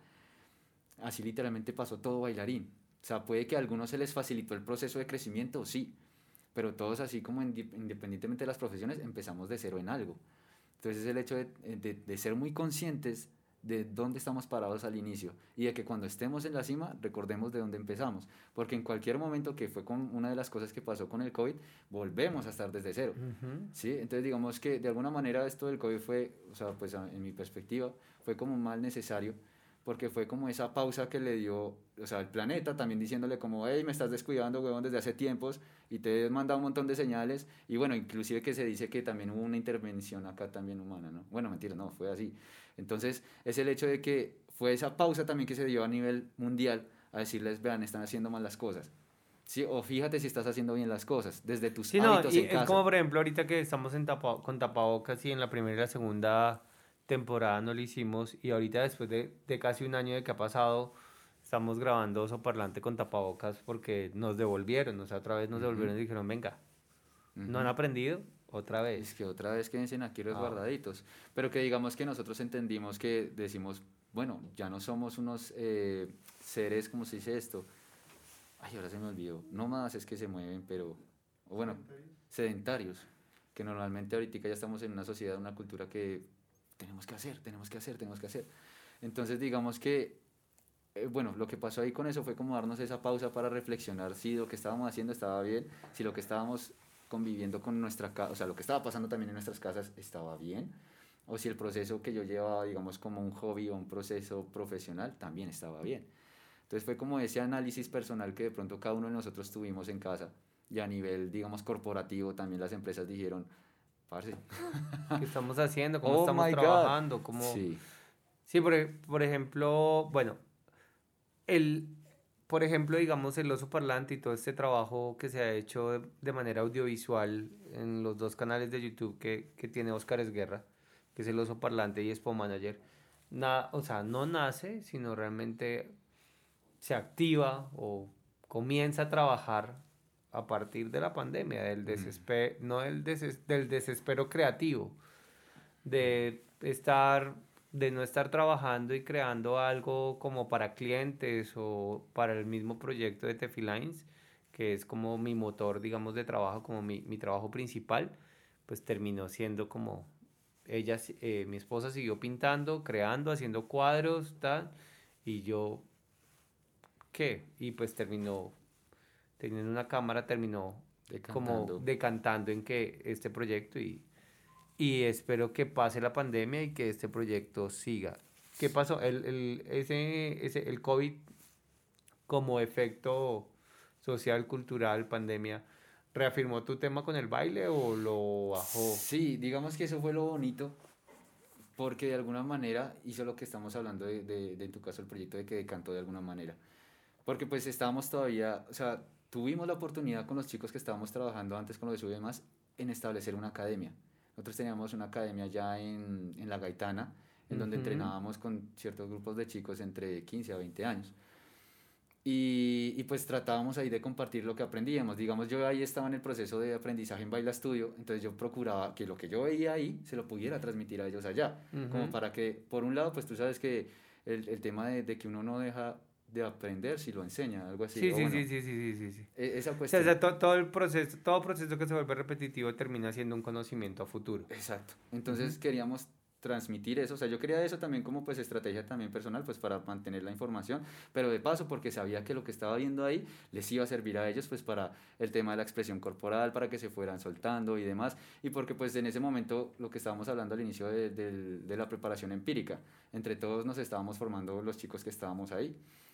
así literalmente pasó todo bailarín. O sea, puede que a algunos se les facilitó el proceso de crecimiento, sí, pero todos así como indi- independientemente de las profesiones empezamos de cero en algo. Entonces es el hecho de, de, de ser muy conscientes de dónde estamos parados al inicio y de que cuando estemos en la cima recordemos de dónde empezamos, porque en cualquier momento, que fue con una de las cosas que pasó con el COVID, volvemos a estar desde cero, Ujú. ¿sí? Entonces digamos que de alguna manera esto del COVID fue, o sea, pues a- en mi perspectiva, fue como un mal necesario, porque fue como esa pausa que le dio, o sea, el planeta también diciéndole como, hey, me estás descuidando, huevón, desde hace tiempos, y te he mandado un montón de señales, y bueno, inclusive que se dice que también hubo una intervención acá también humana, ¿no? Bueno, mentira, no, fue así. Entonces, es el hecho de que fue esa pausa también que se dio a nivel mundial a decirles, vean, están haciendo mal las cosas, ¿sí? O fíjate si estás haciendo bien las cosas, desde tus Sí, no, hábitos y en es como casa. por ejemplo ahorita que estamos en tapa- con tapabocas y en la primera y la segunda temporada no lo hicimos y ahorita después de, de casi un año de que ha pasado, estamos grabando Oso Parlante con tapabocas porque nos devolvieron, o sea, otra vez nos Ujú, devolvieron y dijeron, venga, ¿no han ujú. aprendido? Otra Es vez. que otra vez quédense aquí los Ah, guardaditos. Pero que digamos que nosotros entendimos que decimos, bueno, ya no somos unos eh, seres, ¿cómo se dice esto? Ay, ahora se me olvidó. No más es que se mueven, pero, o bueno, sedentarios. Que normalmente ahorita ya estamos en una sociedad, una cultura que tenemos que hacer, tenemos que hacer, tenemos que hacer. Entonces digamos que, eh, bueno, lo que pasó ahí con eso fue como darnos esa pausa para reflexionar si lo que estábamos haciendo estaba bien, si lo que estábamos conviviendo con nuestra casa, o sea, lo que estaba pasando también en nuestras casas estaba bien, o si el proceso que yo llevaba, digamos, como un hobby o un proceso profesional también estaba bien. Entonces fue como ese análisis personal que de pronto cada uno de nosotros tuvimos en casa y a nivel, digamos, corporativo también las empresas dijeron, parce, ¿qué estamos haciendo? ¿Cómo oh estamos my God. trabajando? ¿Cómo... Sí. Sí, por, ej- por ejemplo, bueno, el, por ejemplo, digamos, el oso parlante y todo este trabajo que se ha hecho de, de manera audiovisual en los dos canales de YouTube que, que tiene Óscar Esguerra, que es el oso parlante y Expo Manager, na- o sea, no nace, sino realmente se activa o comienza a trabajar a partir de la pandemia, del Mm, desespero, no del, deses- del desespero creativo, de estar, de no estar trabajando y creando algo como para clientes o para el mismo proyecto de Tefilines, que es como mi motor, digamos, de trabajo, como mi, mi trabajo principal, pues terminó siendo como ella, si- eh, mi esposa siguió pintando, creando, haciendo cuadros, tal, y yo, ¿qué? Y pues terminó, teniendo una cámara, terminó como decantando. decantando en que este proyecto y y espero que pase la pandemia y que este proyecto siga. ¿Qué pasó? El, el, ese, ese, el COVID como efecto social, cultural, pandemia, ¿reafirmó tu tema con el baile o lo bajó? Sí, digamos que eso fue lo bonito, porque de alguna manera hizo lo que estamos hablando de, de, de en tu caso el proyecto de que decantó de alguna manera. Porque pues estábamos todavía, o sea, tuvimos la oportunidad con los chicos que estábamos trabajando antes con lo de Sube Más en establecer una academia. Nosotros teníamos una academia ya en, en La Gaitana, en donde Ujú. entrenábamos con ciertos grupos de chicos entre quince a veinte años. Y, y pues tratábamos ahí de compartir lo que aprendíamos. Digamos, yo ahí estaba en el proceso de aprendizaje en Baila Studio, entonces yo procuraba que lo que yo veía ahí se lo pudiera transmitir a ellos allá. Como Ujú. para que, por un lado, pues tú sabes que el, el tema de, de que uno no deja de aprender si lo enseña, algo así. Sí, O sí, bueno, sí, sí, sí, sí, sí, sí. e- esa O sea, o cuestión. sea, to- todo el proceso, todo proceso que se vuelve repetitivo termina siendo un conocimiento a futuro. Exacto. Ujú. Entonces queríamos transmitir eso, o sea, yo quería eso también como pues estrategia también personal, pues para mantener la información, pero de paso porque sabía que lo que estaba viendo ahí les iba a servir a ellos pues para el tema de la expresión corporal, para que se fueran soltando y demás, y porque pues en ese momento lo que estábamos hablando al inicio de, del- de la preparación empírica, entre todos nos estábamos formando los chicos que estábamos ahí.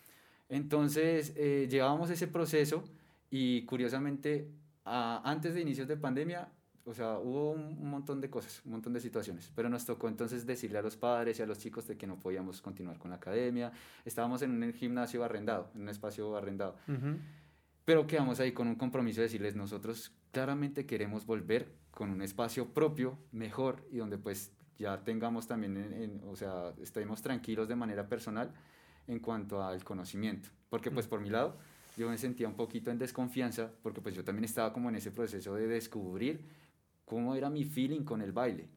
Entonces, eh, llevábamos ese proceso y curiosamente, a- antes de inicios de pandemia, o sea, hubo un, un montón de cosas, un montón de situaciones, pero nos tocó entonces decirle a los padres y a los chicos de que no podíamos continuar con la academia. Estábamos en un gimnasio arrendado, en un espacio arrendado, Ujú. pero quedamos ahí con un compromiso de decirles, nosotros claramente queremos volver con un espacio propio, mejor, y donde pues ya tengamos también, en- en- o sea, estemos tranquilos de manera personal en cuanto al conocimiento. Porque Mm. pues por mi lado, yo me sentía un poquito en desconfianza, porque pues yo también estaba como en ese proceso de descubrir cómo era mi feeling con el baile.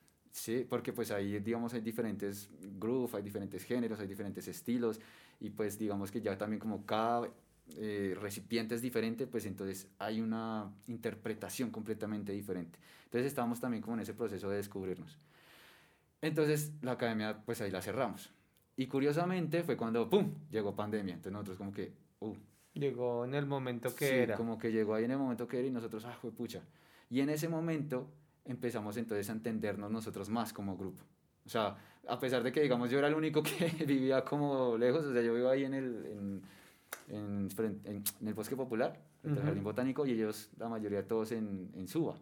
Sí, porque pues ahí, digamos, hay diferentes grooves, hay diferentes géneros, hay diferentes estilos, y pues digamos que ya también como cada eh, recipiente es diferente, pues entonces hay una interpretación completamente diferente. Entonces estábamos también como en ese proceso de descubrirnos. Entonces la academia, pues ahí la cerramos. Y curiosamente fue cuando, ¡pum!, llegó pandemia. Entonces nosotros como que, uh, Llegó en el momento que sí, era. como que llegó ahí en el momento que era y nosotros, ah, fue pucha. Y en ese momento empezamos entonces a entendernos nosotros más como grupo. O sea, a pesar de que, digamos, yo era el único que vivía como lejos, o sea, yo vivo ahí en el, en, en, fren- en- en el Bosque Popular, frente al Ujú. Jardín Botánico, y ellos, la mayoría todos en, en Suba.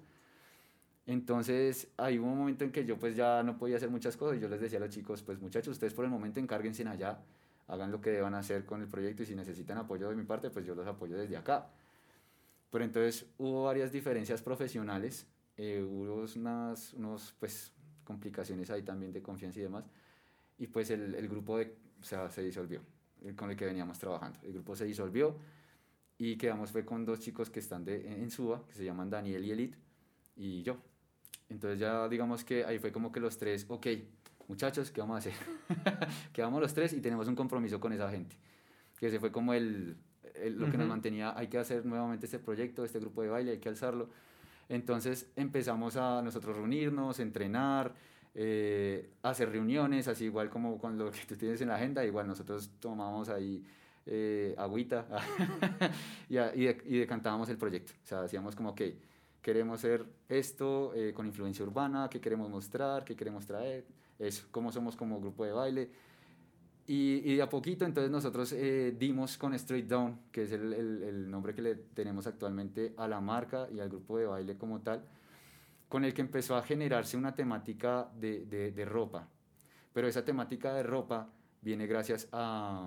Entonces, ahí hubo un momento en que yo pues ya no podía hacer muchas cosas y yo les decía a los chicos, pues muchachos, ustedes por el momento encárguense en allá, hagan lo que deban hacer con el proyecto y si necesitan apoyo de mi parte, pues yo los apoyo desde acá. Pero entonces hubo varias diferencias profesionales, eh, hubo unas, unos, pues, complicaciones ahí también de confianza y demás. Y pues el, el grupo de, o sea, se disolvió, el, con el que veníamos trabajando. El grupo se disolvió y quedamos fue con dos chicos que están de, en, en Suba, que se llaman Daniel y Elit, y yo. Entonces ya digamos que ahí fue como que los tres, ok, muchachos, ¿qué vamos a hacer? Quedamos los tres y tenemos un compromiso con esa gente. Que ese fue como el, el, lo uh-huh. que nos mantenía, hay que hacer nuevamente este proyecto, este grupo de baile, hay que alzarlo. Entonces empezamos a nosotros reunirnos, entrenar, eh, hacer reuniones, así igual como con lo que tú tienes en la agenda, igual nosotros tomamos ahí eh, agüita y, y, de, y decantábamos el proyecto. O sea, hacíamos como, ok, queremos hacer esto eh, con influencia urbana, qué queremos mostrar, qué queremos traer, eso, cómo somos como grupo de baile. Y, y de a poquito entonces nosotros eh, dimos con Straight Down, que es el, el, el nombre que le tenemos actualmente a la marca y al grupo de baile como tal, con el que empezó a generarse una temática de, de, de ropa. Pero esa temática de ropa viene gracias a,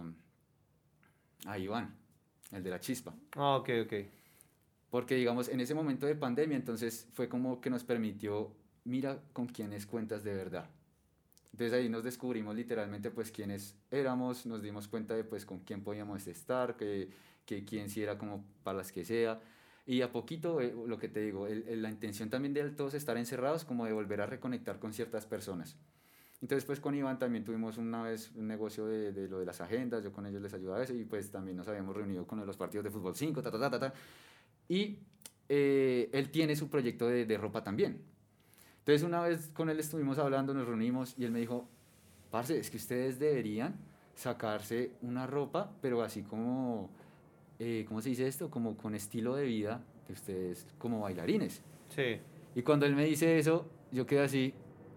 a Iván, el de la chispa. Ah, ok, ok. Porque digamos, en ese momento de pandemia, entonces fue como que nos permitió, mira con quiénes cuentas de verdad. Entonces ahí nos descubrimos literalmente pues quiénes éramos, nos dimos cuenta de pues con quién podíamos estar, que, que quién sí era como para las que sea. Y a poquito, eh, lo que te digo, el, el, la intención también de todos estar encerrados, como de volver a reconectar con ciertas personas. Entonces pues con Iván también tuvimos una vez un negocio de, de lo de las agendas, yo con ellos les ayudaba a eso, y pues también nos habíamos reunido con los partidos de fútbol cinco, ta, ta, ta, ta, ta. Y eh, él tiene su proyecto de, de ropa también. Entonces una vez con él estuvimos hablando, nos reunimos y él me dijo, parce, es que ustedes deberían sacarse una ropa, pero así como, eh, ¿cómo se dice esto? Como con estilo de vida de ustedes como bailarines. Sí. Y cuando él me dice eso, yo quedé así,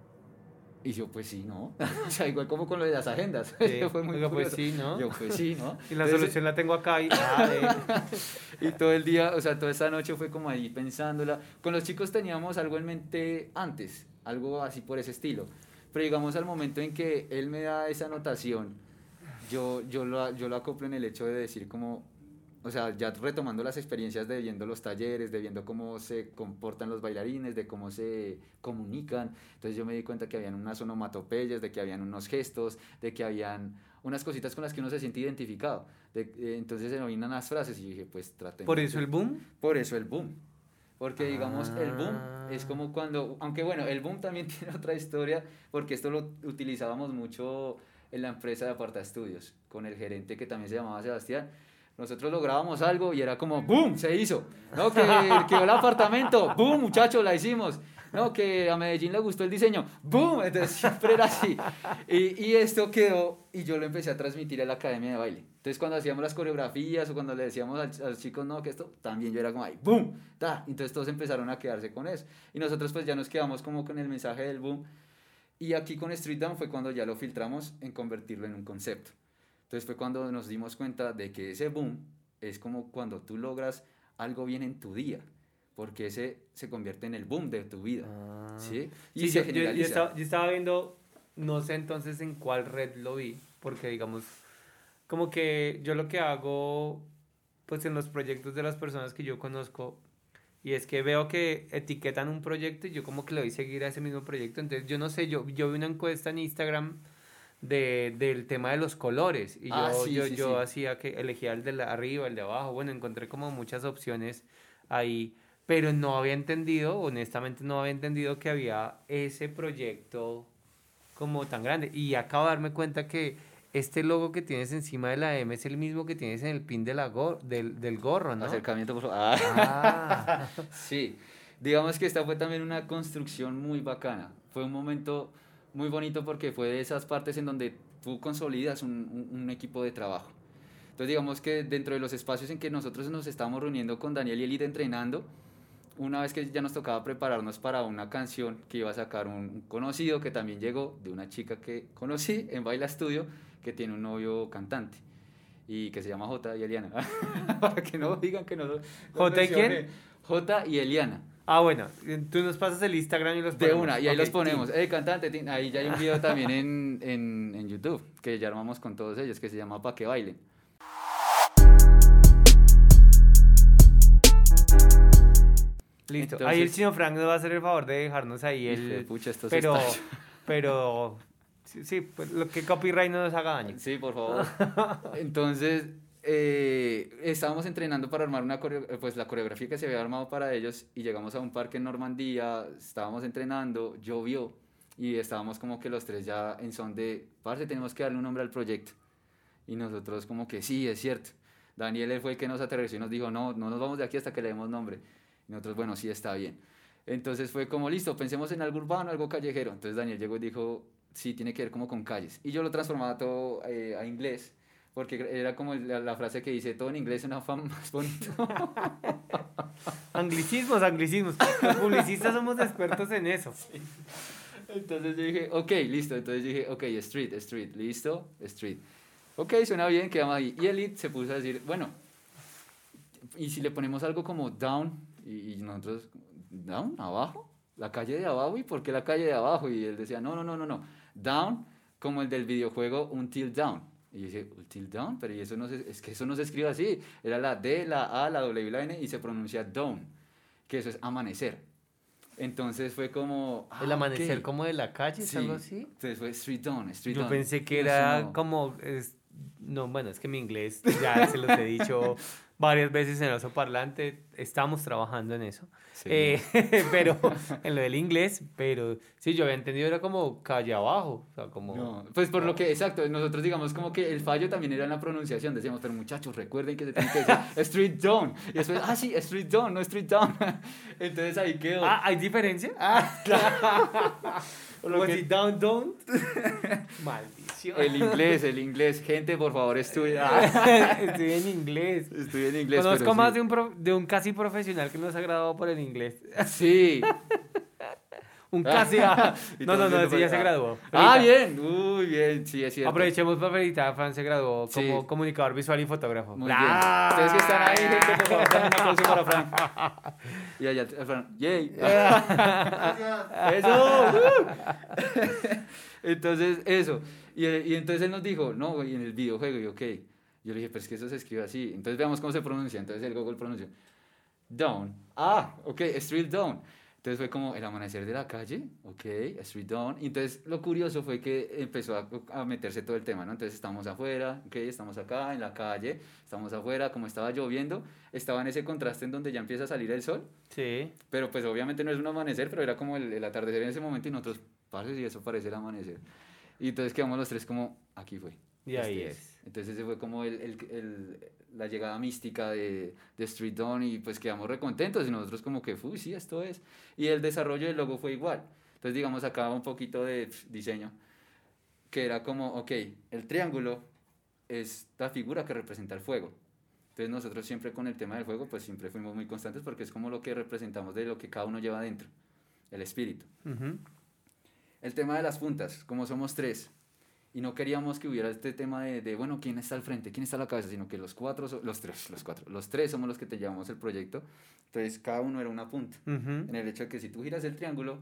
y yo pues sí, ¿no? O sea, igual como con lo de las agendas. Sí. Fue muy Oiga, pues sí, ¿no? Yo pues sí, ¿no? Y la Entonces, solución la tengo acá. Y, ah, y todo el día, o sea, toda esa noche fue como ahí pensándola. Con los chicos teníamos algo en mente antes, algo así por ese estilo. Pero digamos al momento en que él me da esa anotación, yo, yo, lo, yo lo acoplo en el hecho de decir como, o sea, ya retomando las experiencias de viendo los talleres, de viendo cómo se comportan los bailarines, de cómo se comunican. Entonces yo me di cuenta que habían unas onomatopeyas, de que habían unos gestos, de que habían unas cositas con las que uno se siente identificado. De, eh, entonces se me vienen las frases y dije, pues tratemos. ¿Por eso el boom? Por eso el boom. Porque digamos, ah. el boom es como cuando, aunque bueno, el boom también tiene otra historia, porque esto lo utilizábamos mucho en la empresa de Aparta Estudios, con el gerente que también se llamaba Sebastián. Nosotros lográbamos algo y era como, ¡boom! Se hizo. No, que quedó el apartamento, ¡boom! Muchachos, la hicimos. No, que a Medellín le gustó el diseño, ¡boom! Entonces siempre era así. Y, y esto quedó, y yo lo empecé a transmitir a la academia de baile. Entonces cuando hacíamos las coreografías o cuando le decíamos a, a los chicos, no, que esto, también yo era como ahí, ¡boom! Ta. Entonces todos empezaron a quedarse con eso. Y nosotros pues ya nos quedamos como con el mensaje del boom. Y aquí con Street Down fue cuando ya lo filtramos en convertirlo en un concepto. Entonces fue cuando nos dimos cuenta de que ese boom es como cuando tú logras algo bien en tu día, porque ese se convierte en el boom de tu vida, ah. ¿sí? Y sí, se yo, generaliza. Yo, yo, estaba, yo estaba viendo, no sé entonces en cuál red lo vi, porque digamos, como que yo lo que hago, pues en los proyectos de las personas que yo conozco, y es que veo que etiquetan un proyecto y yo como que le doy seguir a ese mismo proyecto, entonces yo no sé, yo, yo vi una encuesta en Instagram de, del tema de los colores y ah, yo, sí, yo, sí, yo sí. hacía que elegía el de arriba, el de abajo, bueno, encontré como muchas opciones ahí, pero no había entendido, honestamente no había entendido que había ese proyecto como tan grande, y acabo de darme cuenta que este logo que tienes encima de la M es el mismo que tienes en el pin de la gor del, del gorro, ¿no? Acercamiento, por favor. Ah. Ah. Sí, digamos que esta fue también una construcción muy bacana, fue un momento muy bonito porque fue de esas partes en donde tú consolidas un, un, un equipo de trabajo. Entonces digamos que dentro de los espacios en que nosotros nos estábamos reuniendo con Daniel y Elite entrenando, una vez que ya nos tocaba prepararnos para una canción que iba a sacar un, un conocido que también llegó de una chica que conocí en Baila Studio, que tiene un novio cantante y que se llama Jota y Eliana. Para que no digan que no lo ¿Jota y quién? Jota y Eliana. Ah, bueno, tú nos pasas el Instagram y los ponemos. De una, y ahí okay, los ponemos. Sí. Eh, cantante, tín. Ahí ya hay un video también en, en, en YouTube, que ya armamos con todos ellos, que se llama Pa' que bailen. Listo. Entonces, ahí el chino Frank nos va a hacer el favor de dejarnos ahí hijo de el... pucha, esto se Pero, está- pero, sí, sí, pues lo que copyright no nos haga daño. Sí, por favor. Entonces, eh, estábamos entrenando para armar una coreo- eh, pues la coreografía que se había armado para ellos y llegamos a un parque en Normandía, estábamos entrenando, llovió y estábamos como que los tres ya en son de, parce, tenemos que darle un nombre al proyecto. Y nosotros como que sí, es cierto. Daniel él fue el que nos aterrizó y nos dijo, no, no nos vamos de aquí hasta que le demos nombre. Y nosotros, bueno, sí, está bien. Entonces fue como, listo, pensemos en algo urbano, algo callejero. Entonces Daniel llegó y dijo, sí, tiene que ver como con calles. Y yo lo transformaba todo eh, a inglés, porque era como la, la frase que dice, todo en inglés suena fa- más bonito. Anglicismos, anglicismos. Los publicistas somos expertos en eso. Entonces yo dije, ok, listo. Entonces dije, ok, street, street, listo, street. Ok, suena bien, quedamos ahí. Y Elite se puso a decir, bueno, y si le ponemos algo como down, y, y nosotros, down, abajo, la calle de abajo, ¿y por qué la calle de abajo? Y él decía, no, no, no, no, no, down, como el del videojuego Until Dawn. Y yo dije, Until Dawn, pero y eso no se, es que eso no se escribe así, era la D, la A, la W y la N, y se pronuncia dawn, que eso es amanecer. Entonces fue como, ah, El amanecer ok. como de la calle, ¿es Sí, algo así? entonces fue Street Dawn, Street Yo Dawn. pensé que Y nos era sonó- como... es- no, bueno, es que mi inglés, ya se los he dicho varias veces en el oso parlante, estamos trabajando en eso. Sí, Eh, pero, en lo del inglés, pero sí, yo había entendido era como calle abajo, o sea, como... no, pues por lo que, exacto, nosotros digamos como que el fallo también era en la pronunciación, decíamos, pero muchachos, recuerden que se tiene que decir Street Dawn, y después, ah, sí, Street Dawn, no Street Down, entonces ahí quedó. Ah, ¿hay diferencia? Ah, Por lo Was que- it down, down? Maldición. El inglés, el inglés, gente, por favor, estudia. Estoy en inglés. Estudia en inglés, Conozco pero más sí. de, un pro- de un casi profesional que nos ha graduado por el inglés. Sí. Un casi... ah, Y no, no, todos no, viendo ese ya para- se graduó. Ah, Ahorita. bien, uy, bien, sí, es cierto. Aprovechemos para felicitar a Fran, se graduó como Sí. comunicador visual y fotógrafo. Muy bien. ¡Ah! Ustedes que están ahí, gente, por favor, den un aplauso para Fran. Y allá, Fran, yay. Eso. Entonces, eso. Y, y entonces él nos dijo, no, güey, en el videojuego, y ok. Yo le dije, pero es que eso se escribe así. Entonces veamos cómo se pronuncia. Entonces el Google pronunció. Dawn. Ah, ok, Street Dawn. Entonces fue como el amanecer de la calle, ok, Street Dawn. Y entonces lo curioso fue que empezó a, a meterse todo el tema, ¿no? Entonces estamos afuera, ok, estamos acá en la calle, estamos afuera, como estaba lloviendo, estaba en ese contraste en donde ya empieza a salir el sol. Sí. Pero pues obviamente no es un amanecer, pero era como el, el atardecer en ese momento y nosotros, parce, y eso parece el amanecer. Y entonces quedamos los tres como, aquí fue. Y ahí este es. Entonces ese fue como el, el, el- la llegada mística de, de Street Dawn y pues quedamos recontentos y nosotros como que, uy, sí, esto es. Y el desarrollo del logo fue igual. Entonces digamos acá un poquito de pf, diseño, que era como, ok, el triángulo es la figura que representa el fuego. Entonces nosotros siempre con el tema del fuego pues siempre fuimos muy constantes porque es como lo que representamos de lo que cada uno lleva dentro, el espíritu. Ujú. El tema de las puntas, como somos tres, y no queríamos que hubiera este tema de, de, bueno, ¿quién está al frente? ¿Quién está a la cabeza? Sino que los cuatro, so- los tres, los cuatro, los tres somos los que te llevamos el proyecto. Entonces, cada uno era una punta. Ujú. En el hecho de que si tú giras el triángulo,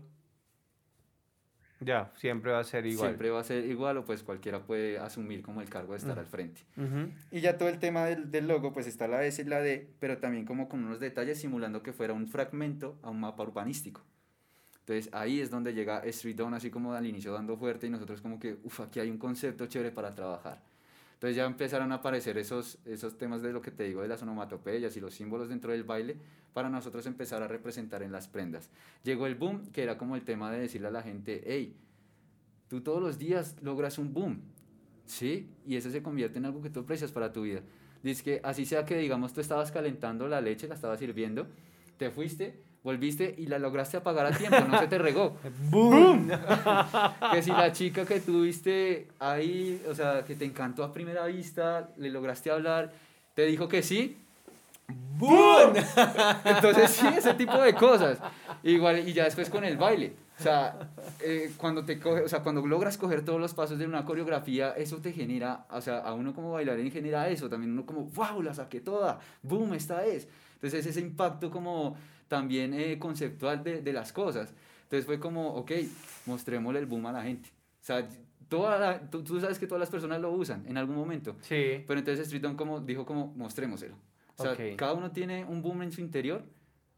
Ya, siempre va a ser igual. siempre va a ser igual o pues cualquiera puede asumir como el cargo de estar Mm. al frente. Ujú. Y ya todo el tema del, del logo, pues está la S y la D, pero también como con unos detalles simulando que fuera un fragmento a un mapa urbanístico. Entonces ahí es donde llega Street Dawn así como al inicio dando fuerte y nosotros como que, uff, aquí hay un concepto chévere para trabajar. Entonces ya empezaron a aparecer esos, esos temas de lo que te digo de las onomatopeyas y los símbolos dentro del baile para nosotros empezar a representar en las prendas. Llegó el boom, que era como el tema de decirle a la gente, hey, tú todos los días logras un boom, ¿sí? Y eso se convierte en algo que tú aprecias para tu vida. Dice que así sea que, digamos, tú estabas calentando la leche, la estabas sirviendo, te fuiste, volviste y la lograste apagar a tiempo, no se te regó. ¡Boom! Que si la chica que tuviste ahí, o sea, que te encantó a primera vista, le lograste hablar, te dijo que sí, ¡Boom! entonces sí, ese tipo de cosas. Igual, y ya después con el baile. O sea, eh, cuando te coge, o sea, cuando logras coger todos los pasos de una coreografía, eso te genera, o sea, a uno como bailarín genera eso, también uno como, wow, la saqué toda, boom, esta es. Entonces ese impacto como también eh, conceptual de, de las cosas. Entonces fue como, ok, mostrémosle el boom a la gente. O sea, toda la- tú, tú sabes que todas las personas lo usan en algún momento. Sí. Pero entonces Street Dawn como, dijo como, mostrémoselo. O sea, Ok. cada uno tiene un boom en su interior,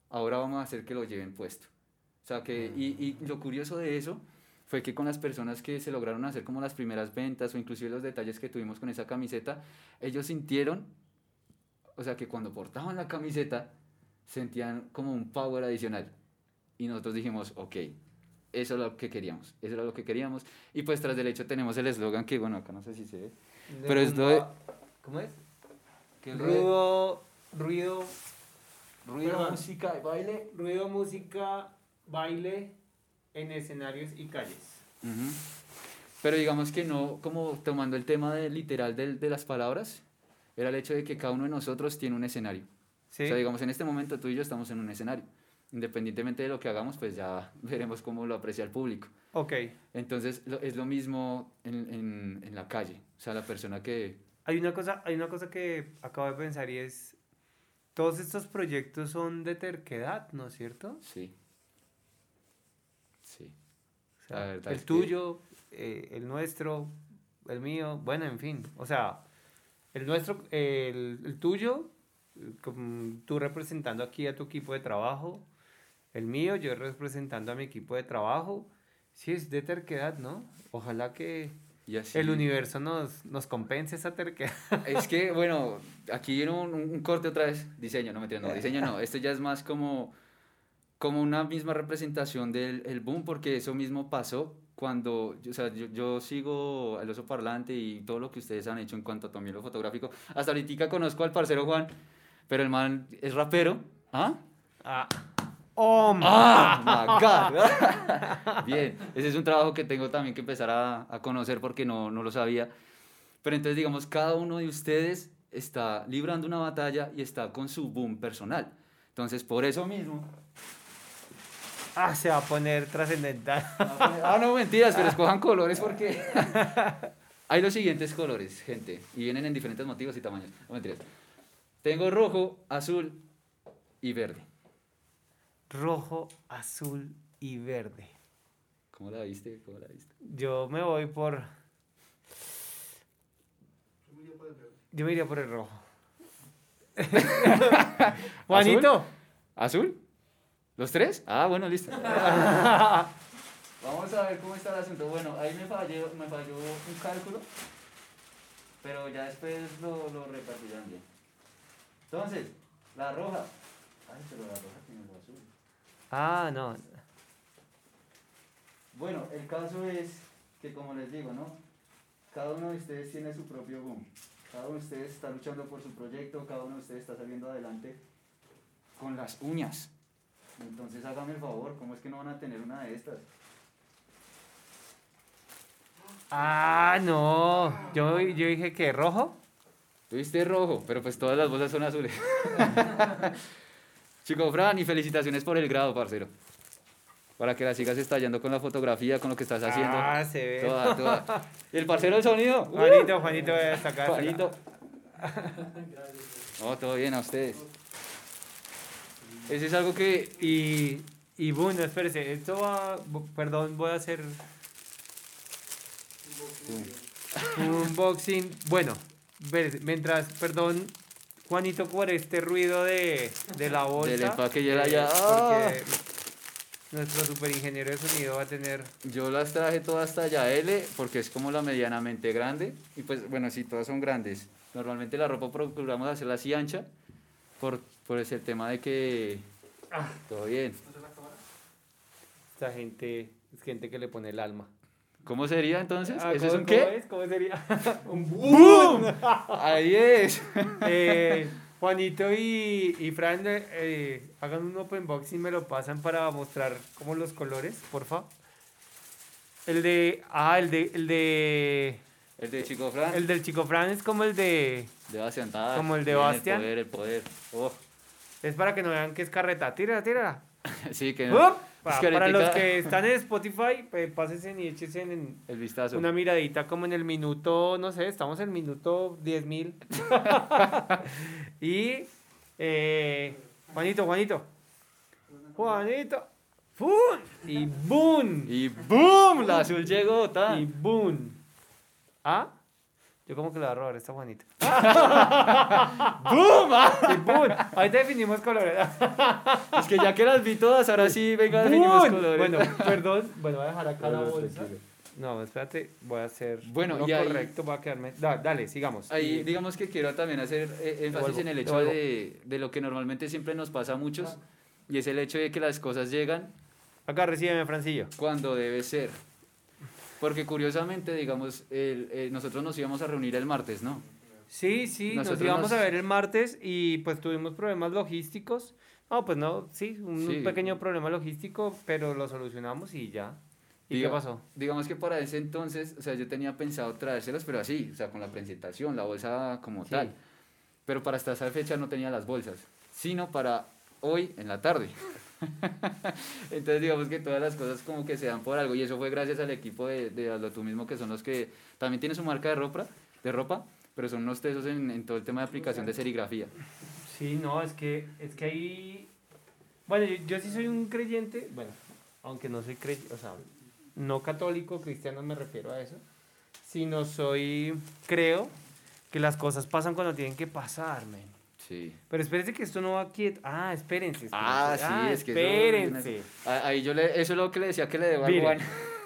ahora vamos a hacer que lo lleven puesto. O sea, que, y, y lo curioso de eso fue que con las personas que se lograron hacer como las primeras ventas o inclusive los detalles que tuvimos con esa camiseta, ellos sintieron, o sea, que cuando portaban la camiseta sentían como un power adicional. Y nosotros dijimos, ok, eso es lo que queríamos, eso era lo que queríamos. Y pues tras del hecho tenemos el eslogan que, bueno, acá no sé si se ve, De pero es lo de... ¿Cómo es? que es lo de Ruido, ruido, ruido, Perdón. música y baile. ruido, música, baile en escenarios y calles. Ujú. Pero digamos que no, como tomando el tema de, literal de, de las palabras, era el hecho de que cada uno de nosotros tiene un escenario. ¿Sí? O sea, digamos, en este momento tú y yo estamos en un escenario. Independientemente de lo que hagamos, pues ya veremos cómo lo aprecia el público. Ok. Entonces, lo- es lo mismo en, en, en la calle. O sea, la persona que... Hay una cosa, hay una cosa que acabo de pensar y es, todos estos proyectos son de terquedad, ¿no es cierto? Sí. Sí. O sea, La verdad el es que- tuyo, eh, el nuestro, el mío, bueno, en fin. O sea, el nuestro, el, el tuyo, eh, como tú representando aquí a tu equipo de trabajo, el mío, yo representando a mi equipo de trabajo. Sí, es de terquedad, ¿no? Ojalá que Y así... el universo nos, nos compense esa terquedad. Es que, bueno, aquí viene un, un corte otra vez. Diseño, no me no, diseño no. Esto ya es más como, como una misma representación del el boom, porque eso mismo pasó cuando, o sea, yo, yo sigo al Oso Parlante y todo lo que ustedes han hecho en cuanto a también lo fotográfico. Hasta ahorita conozco al parcero Juan, pero el man es rapero. ¿Ah? Ah. ¡Oh, ¡Ah! My God. Bien, ese es un trabajo que tengo también que empezar a, a conocer porque no, no lo sabía. Pero entonces, digamos, cada uno de ustedes está librando una batalla y está con su boom personal. Entonces, por eso mismo... Ah, se va a poner trascendental. Ah, no, mentiras, pero escojan colores porque... Hay los siguientes colores, gente, y vienen en diferentes motivos y tamaños. No, mentiras. Tengo rojo, azul y verde. Rojo, azul y verde. ¿Cómo la viste? ¿Cómo la viste? Yo me voy por... Yo me iría por el rojo. Juanito. ¿Azul? ¿Los tres? Ah, bueno, listo. Vamos a ver cómo está el asunto. Bueno, ahí me falló, me falló un cálculo, pero ya después lo, lo repartirán bien. Entonces, la roja. Ay, pero la roja tiene lo azul. Ah, no. Bueno, el caso es que, como les digo, ¿no? Cada uno de ustedes tiene su propio boom. Cada uno de ustedes está luchando por su proyecto, cada uno de ustedes está saliendo adelante con las uñas. Entonces háganme el favor, ¿cómo es que no van a tener una de estas? Ah, no. Yo, yo dije que rojo. Tuviste rojo, pero pues todas las bolsas son azules. Chico Fran, y felicitaciones por el grado, parcero. Para que la sigas estallando con la fotografía, con lo que estás haciendo. Ah, se ve. Toda, toda. ¿Y el parcero del sonido? ¡Uh! Juanito, Juanito, voy a sacar. Juanito. No, todo bien a ustedes. Eso es algo que... Y, y bueno, espérese, esto va, bo- perdón, voy a hacer un unboxing. Bueno, espérese, mientras, perdón, Juanito, por este ruido de, de la bolsa. Del empaque ya era eh, ya. ¡Ah! Porque nuestro super ingeniero de sonido va a tener... Yo las traje todas talla L porque es como la medianamente grande. Y pues, bueno, sí, todas son grandes. Normalmente la ropa procuramos hacerla así ancha por, por ese tema de que... Ah, todo bien. Esta gente, es gente que le pone el alma. ¿Cómo sería entonces? Ah, ¿Eso es ¿cómo- un cómo qué? es? ¿Cómo sería? un ¡Boom! Ahí es. Eh, Juanito y, y Fran, eh, eh, hagan un open box y me lo pasan para mostrar como los colores, porfa. El de, ah, el de, el de, El de Chico Fran. el del Chico Fran es como el de, de Bastian. Ah, como el de bien, Bastian. El poder, el poder. Oh. es para que no vean que es carreta, tírala, tírala. Sí, que... ¡Up! Es Pa- que para ahoritica- los que están en Spotify, pues, pásense y échense en El vistazo. una miradita como en el minuto, no sé, estamos en el minuto diez mil. y, eh, Juanito, Juanito. Juanito. ¡Fum! Y ¡boom! Y ¡boom! La azul llegó, Y tan. ¡boom! ¿Ah? Yo como que le voy a robar esta Juanita. ¡Boom! Y ¡boom! Ahorita definimos colores. Es que ya que las vi todas, ahora sí, venga, ¡Boom! definimos colores. Bueno, perdón. Bueno, voy a dejar acá la Bueno, bolsa. tranquilo. No, espérate, voy a hacer Bueno, lo y ahí- correcto, voy a quedarme. Da- dale, sigamos. Ahí Y- digamos que quiero también hacer eh, énfasis Devuelvo, en el hecho devuelvo. de, de lo que normalmente siempre nos pasa a muchos, y es el hecho de que las cosas llegan Acá recíbeme, Francillo. cuando debe ser. Porque curiosamente, digamos, el- eh, nosotros nos íbamos a reunir el martes, ¿no? Sí, sí, nos Nosotros íbamos nos- a ver el martes y pues tuvimos problemas logísticos. No, pues no, sí, un Sí. pequeño problema logístico, pero lo solucionamos y ya. ¿Y Diga- qué pasó? Digamos que para ese entonces, o sea, yo tenía pensado traérselos, pero así, o sea, con la presentación, la bolsa como Sí. tal. Pero para hasta esa fecha no tenía las bolsas, sino para hoy en la tarde. Entonces digamos que todas las cosas como que se dan por algo, y eso fue gracias al equipo de, de Hazlo Tú Mismo, que son los que también tienen su marca de ropa, de ropa pero son unos tesos en, en todo el tema de aplicación de serigrafía. Sí, no, es que, es que ahí... Bueno, yo, yo sí soy un creyente, bueno, aunque no soy creyente, o sea, no católico, cristiano me refiero a eso, sino soy, creo que las cosas pasan cuando tienen que pasar, men. Sí. Pero espérense que esto no va quieto. Ah, espérense. espérense. Ah, sí, Ah, es que eso- espérense. Ah, ahí yo le, eso es lo que le decía que le debo al Mire. Juan.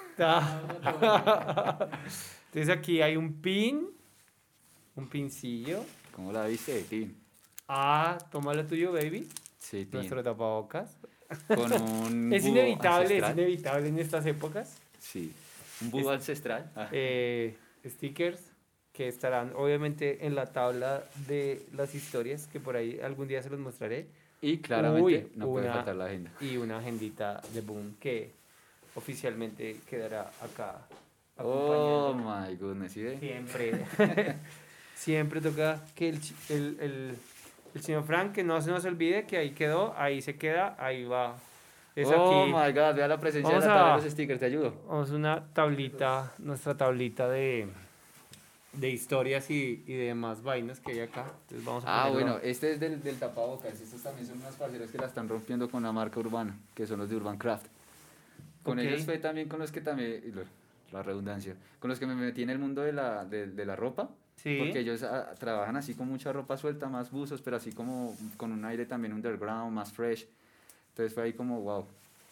Ah. Entonces aquí hay un pin, un pincillo. ¿Cómo la viste, Tim? Ah, toma lo tuyo, baby. Sí, Tim. Nuestro tapabocas. Con un Es búho inevitable, ancestral. es inevitable en estas épocas. Sí, un búho Es- ancestral. Ah. Eh, stickers que estarán obviamente en la tabla de las historias, que por ahí algún día se los mostraré. Y claramente Uy, no puede una- faltar la agenda. Y una agendita de Boom que oficialmente quedará acá. Oh acompañando. my goodness, ¿sí ve? Siempre. Siempre toca que el, chi- el, el, el señor Frank, que no se nos olvide que ahí quedó, ahí se queda, ahí va. Es Oh aquí. my god, vea la presencia Vamos de la tabla a- de los stickers, te ayudo. Vamos a una tablita, nuestra tablita de, de historias y, y de demás vainas que hay acá. Entonces vamos a Ah, ponerlo- bueno, este es del, del tapabocas. Estos también son unas parceras que la están rompiendo con la marca Urbana, que son los de Urban Craft. Con Ok. ellos fue también con los que también, y lo- la redundancia, con los que me metí en el mundo de la, de, de la ropa. Sí. Porque ellos ah, trabajan así con mucha ropa suelta, más buzos, pero así como con un aire también underground, más fresh. Entonces fue ahí como, wow.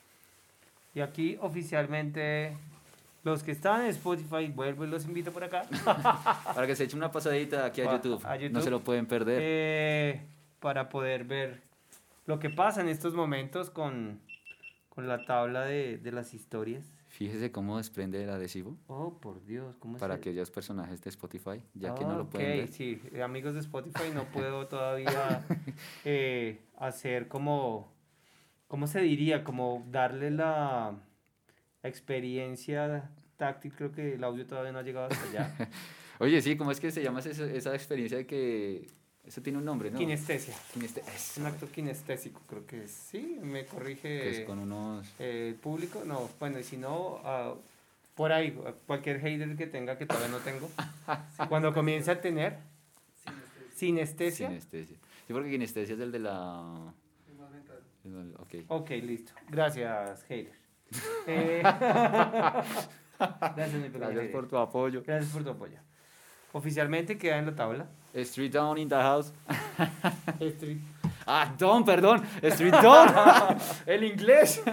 Y aquí oficialmente los que están en Spotify, vuelvo y los invito por acá. Para que se eche una pasadita aquí a Pa- YouTube. a No YouTube. se lo pueden perder. Eh, para poder ver lo que pasa en estos momentos con, con la tabla de, de las historias. Fíjese cómo desprende el adhesivo Oh, por Dios, ¿cómo para se- aquellos personajes de Spotify, ya que Ah, no lo pueden ok, ver. sí, eh, amigos de Spotify, no puedo todavía eh, hacer como, ¿cómo se diría? Como darle la, la experiencia táctil, creo que el audio todavía no ha llegado hasta allá. Oye, sí, ¿cómo es que se llama esa, esa experiencia de que... Eso tiene un nombre, ¿no? Kinestesia, Kineste- es eso, un acto kinestésico, creo que es. Sí, me corrige que es con unos... eh, el público, no, bueno, y si no, ah, por ahí, cualquier hater que tenga, que todavía no tengo, cuando comience a tener sinestesia. Sinestesia. Sí, porque kinestesia es el de la... el- Ok. Ok, listo. Gracias, hater. Eh, Gracias, mi pequeño Gracias hater. por tu apoyo. Gracias por tu apoyo. Oficialmente queda en la tabla. Street Down in the house. Street. Ah, Down, perdón. Street Down. El inglés.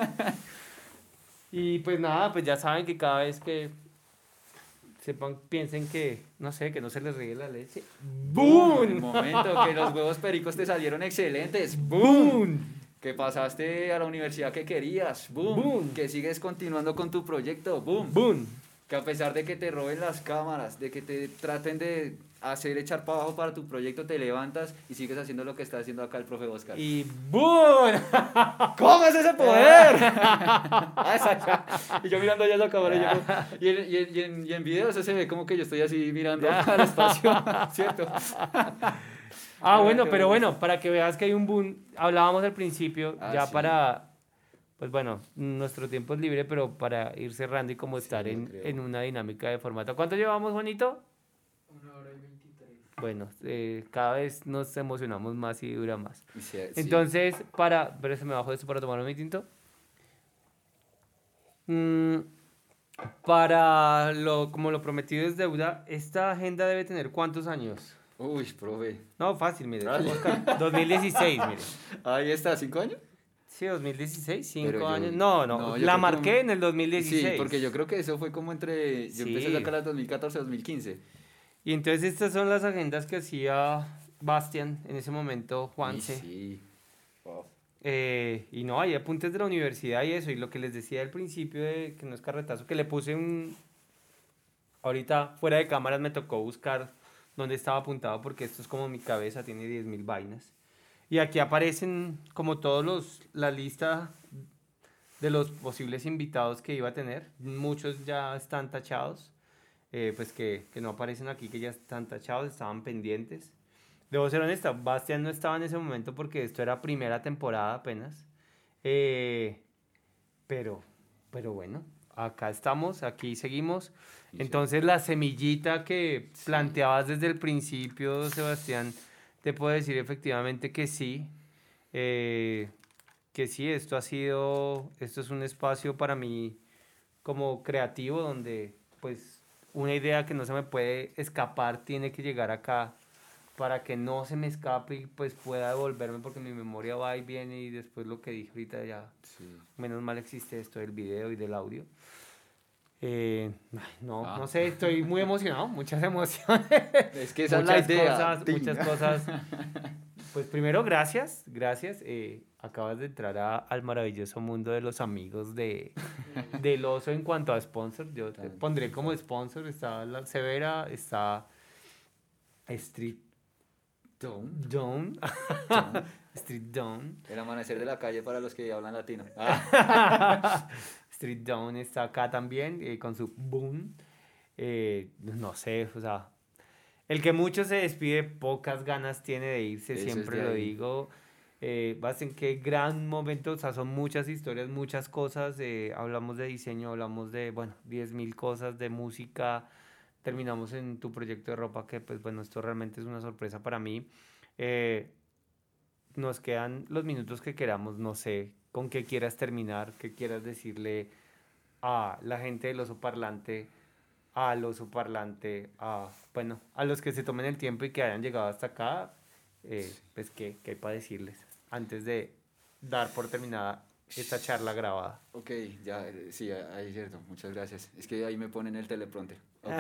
Y pues nada, pues ya saben que cada vez que sepan, piensen que, no sé, que no se les ríe la leche. El ¡Boom! momento que los huevos pericos te salieron excelentes. ¡Boom! Que pasaste a la universidad que querías. Boom. Boom. Que sigues continuando con tu proyecto. Boom. ¡Boom! Que a pesar de que te roben las cámaras, de que te traten de hacer echar para abajo para tu proyecto, te levantas y sigues haciendo lo que está haciendo acá el profe Oscar. Y ¡boom! ¿Cómo es ese poder? Ah, exacto. Y yo mirando allá a la cámara y, yo como- y, en, y, en, y, en, y en video eso se ve como que yo estoy así mirando al espacio, ¿cierto? Ah, bueno, qué pero bueno. bueno, para que veas que hay un boom, hablábamos al principio, Ah, ya sí. para, pues bueno, nuestro tiempo es libre, pero para ir cerrando y como estar yo en, creo. en una dinámica de formato. ¿Cuánto llevamos, Juanito? Una hora y veintitrés. Bueno, eh, cada vez nos emocionamos más y dura más. Y se- sí. Entonces, para, pero se me bajó esto para tomar mi tinto. Mm, Para lo, como lo prometido es deuda, ¿esta agenda debe tener cuántos años? Uy, profe. No, fácil, mire. Dale. Oscar, dos mil dieciséis, mire. Ahí está, ¿cinco años? Sí, dos mil dieciséis, Pero cinco yo- años. No, no, no, yo la creo que marqué un- en el dos mil dieciséis. Sí, porque yo creo que eso fue como entre... Yo empecé Sí. a sacar las dos mil catorce, dos mil quince. Y entonces estas son las agendas que hacía Bastian en ese momento, Y Juanse. sí. Wow. Eh, y no, hay apuntes de la universidad y eso. Y lo que les decía al principio, de que no es carretazo, que le puse un... Ahorita fuera de cámaras me tocó buscar dónde estaba apuntado porque esto es como mi cabeza, tiene diez mil vainas. Y aquí aparecen como todos los, la lista de los posibles invitados que iba a tener. Muchos ya están tachados, eh, pues que, que no aparecen aquí, que ya están tachados, estaban pendientes. Debo ser honesta, Bastian no estaba en ese momento porque esto era primera temporada apenas. Eh, pero, pero bueno, acá estamos, aquí seguimos. Y sí. Entonces la semillita que Sí. planteabas desde el principio, Sebastián, te puedo decir efectivamente que sí. eh, que sí, esto ha sido, esto es un espacio para mí como creativo donde pues una idea que no se me puede escapar tiene que llegar acá para que no se me escape y pues pueda devolverme porque mi memoria va y viene y después lo que dije ahorita ya, Sí. menos mal existe esto del video y del audio. Eh, ay, no, Ah. no sé, estoy muy emocionado, muchas emociones. Es que esa muchas es la idea. cosas, Tin. muchas cosas. Pues primero, gracias, gracias. eh, acabas de entrar a- al maravilloso mundo de los amigos de, del oso en cuanto a sponsor. Yo te Tan- pondré como sponsor, está la Severa, está Street Tom, Dawn, Tom. Street Dawn, El amanecer de la calle para los que hablan latino. Ah. Street Dawn está acá también eh, con su boom. Eh, no sé, o sea, el que mucho se despide, pocas ganas tiene de irse, Eso es siempre de lo ahí. digo. Eh, Basten, qué gran momento, o sea, son muchas historias, muchas cosas. eh, hablamos de diseño, hablamos de, bueno, diez mil cosas, de música. Terminamos en tu proyecto de ropa, que, pues, bueno, esto realmente es una sorpresa para mí. Eh, nos quedan los minutos que queramos, no sé con qué quieras terminar, qué quieras decirle a la gente del oso parlante, al oso parlante, a, bueno, a los que se tomen el tiempo y que hayan llegado hasta acá, eh, pues qué, qué hay para decirles antes de dar por terminada esta charla grabada. Ok, ya, eh, sí, ahí es cierto. Muchas gracias. Es que ahí me ponen el teleprompter. Ok.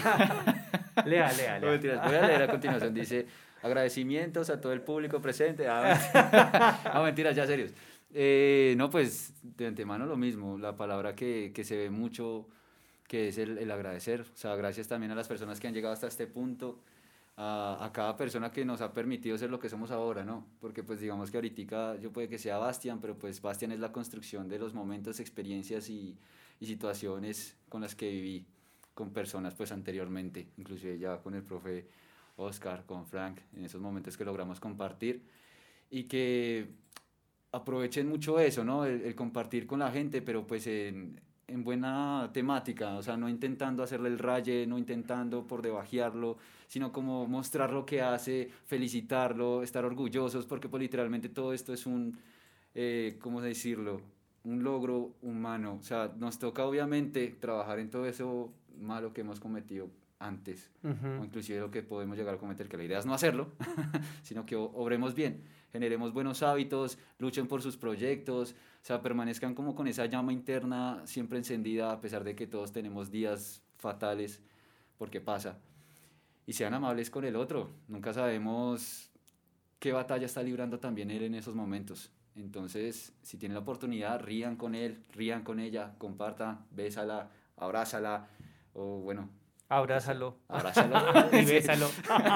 Lea, lea, No, lea. mentiras, voy a leer a continuación. Dice, agradecimientos a todo el público presente. Ah, mentira. No, mentiras, ya serios. Eh, no, pues de antemano lo mismo, la palabra que, que se ve mucho, que es el, el agradecer. O sea, gracias también a las personas que han llegado hasta este punto, a, a cada persona que nos ha permitido ser lo que somos ahora, ¿no? Porque pues digamos que ahorita yo puede que sea Bastian, pero pues Bastian es la construcción de los momentos, experiencias y, y situaciones con las que viví con personas pues anteriormente, inclusive ya con el profe Oscar, con Frank, en esos momentos que logramos compartir y que aprovechen mucho eso, ¿no? El, el compartir con la gente, pero pues en, en buena temática, o sea, no intentando hacerle el raye, no intentando por debajearlo, sino como mostrar lo que hace, felicitarlo, estar orgullosos, porque pues literalmente todo esto es un, eh, ¿cómo decirlo? Un logro humano, o sea, nos toca obviamente trabajar en todo eso malo que hemos cometido antes, o Ujú. inclusive lo que podemos llegar a cometer, que la idea es no hacerlo, sino que o- obremos bien, generemos buenos hábitos, luchen por sus proyectos, o sea, permanezcan como con esa llama interna siempre encendida, a pesar de que todos tenemos días fatales, porque pasa, y sean amables con el otro, nunca sabemos qué batalla está librando también él en esos momentos. Entonces, si tienen la oportunidad, rían con él, rían con ella, compartan, bésala, abrázala, o bueno, Abrázalo abrázalo. y Sí. bésalo.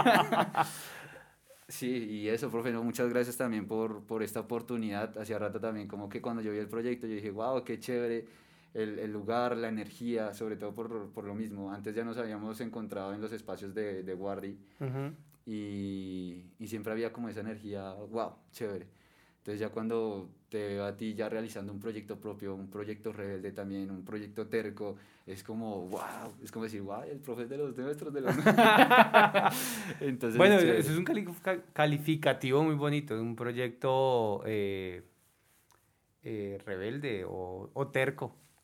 Sí, y eso, profe, no, muchas gracias también por, por esta oportunidad. Hacía rato también, como que cuando yo vi el proyecto, yo dije, wow, qué chévere el, el lugar, la energía, sobre todo por, por lo mismo. Antes ya nos habíamos encontrado en los espacios de, de Guardi Ujú. y, y siempre había como esa energía, wow, chévere. Entonces ya cuando te veo a ti ya realizando un proyecto propio, un proyecto rebelde también, un proyecto terco, es como, wow, es como decir, wow, el profe es de los nuestros, de los Entonces, Bueno, es eso chévere. es un califica- calificativo muy bonito, un proyecto eh, eh, rebelde o, o terco.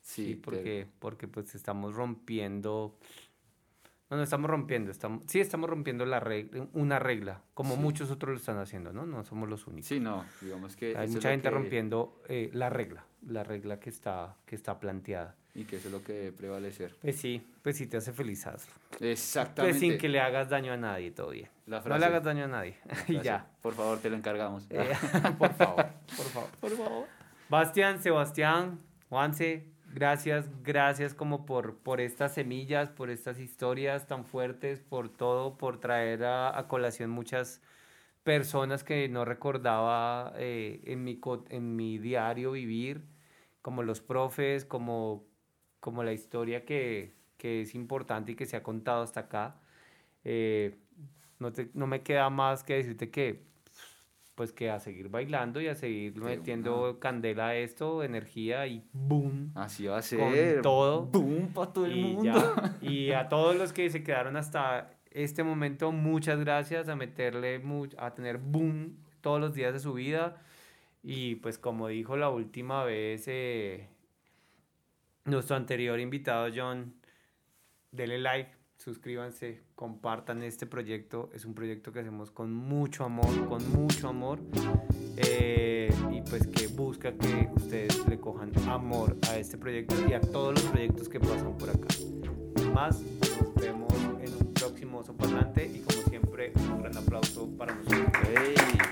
Sí, Sí, porque, porque pues estamos rompiendo, no, no estamos rompiendo, estamos, sí estamos rompiendo la regla, una regla, como Sí. muchos otros lo están haciendo, ¿no? No somos los únicos. Sí, no, digamos que Hay eso mucha es lo gente que- rompiendo eh, la regla, la regla que está, que está planteada. Y que eso es lo que debe prevalecer. Pues sí, pues sí te hace feliz hazlo. Exactamente. Pues sin que le hagas daño a nadie, todo bien. La No frase, le hagas daño a nadie. la Y frase. ya. Por favor, te lo encargamos. Eh, por favor, por favor, por favor. Bastián, Sebastián, Juanse, gracias, gracias como por, por estas semillas, por estas historias tan fuertes, por todo, por traer a, a colación muchas personas que no recordaba eh, en mi, co- en mi diario vivir, como los profes, como, como la historia que, que es importante y que se ha contado hasta acá. Eh, no, te- no me queda más que decirte que pues que a seguir bailando y a seguir De metiendo una. candela a esto, energía y boom. Así va a ser. todo. Boom para todo el Y mundo. ya. Y a todos los que se quedaron hasta este momento, muchas gracias a meterle, mu- a tener boom todos los días de su vida. Y pues como dijo la última vez eh, nuestro anterior invitado John, denle like, suscríbanse, compartan este proyecto. Es un proyecto que hacemos con mucho amor, con mucho amor. eh, y pues que busca que ustedes le cojan amor a este proyecto y a todos los proyectos que pasan por acá. Más, nos vemos en un próximo Oso Parlante y como siempre, un gran aplauso para nosotros. Ey.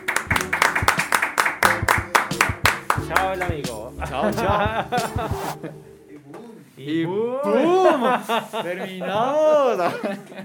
Chao, el amigo. Chao, chao. Y Y boom. boom. Terminamos.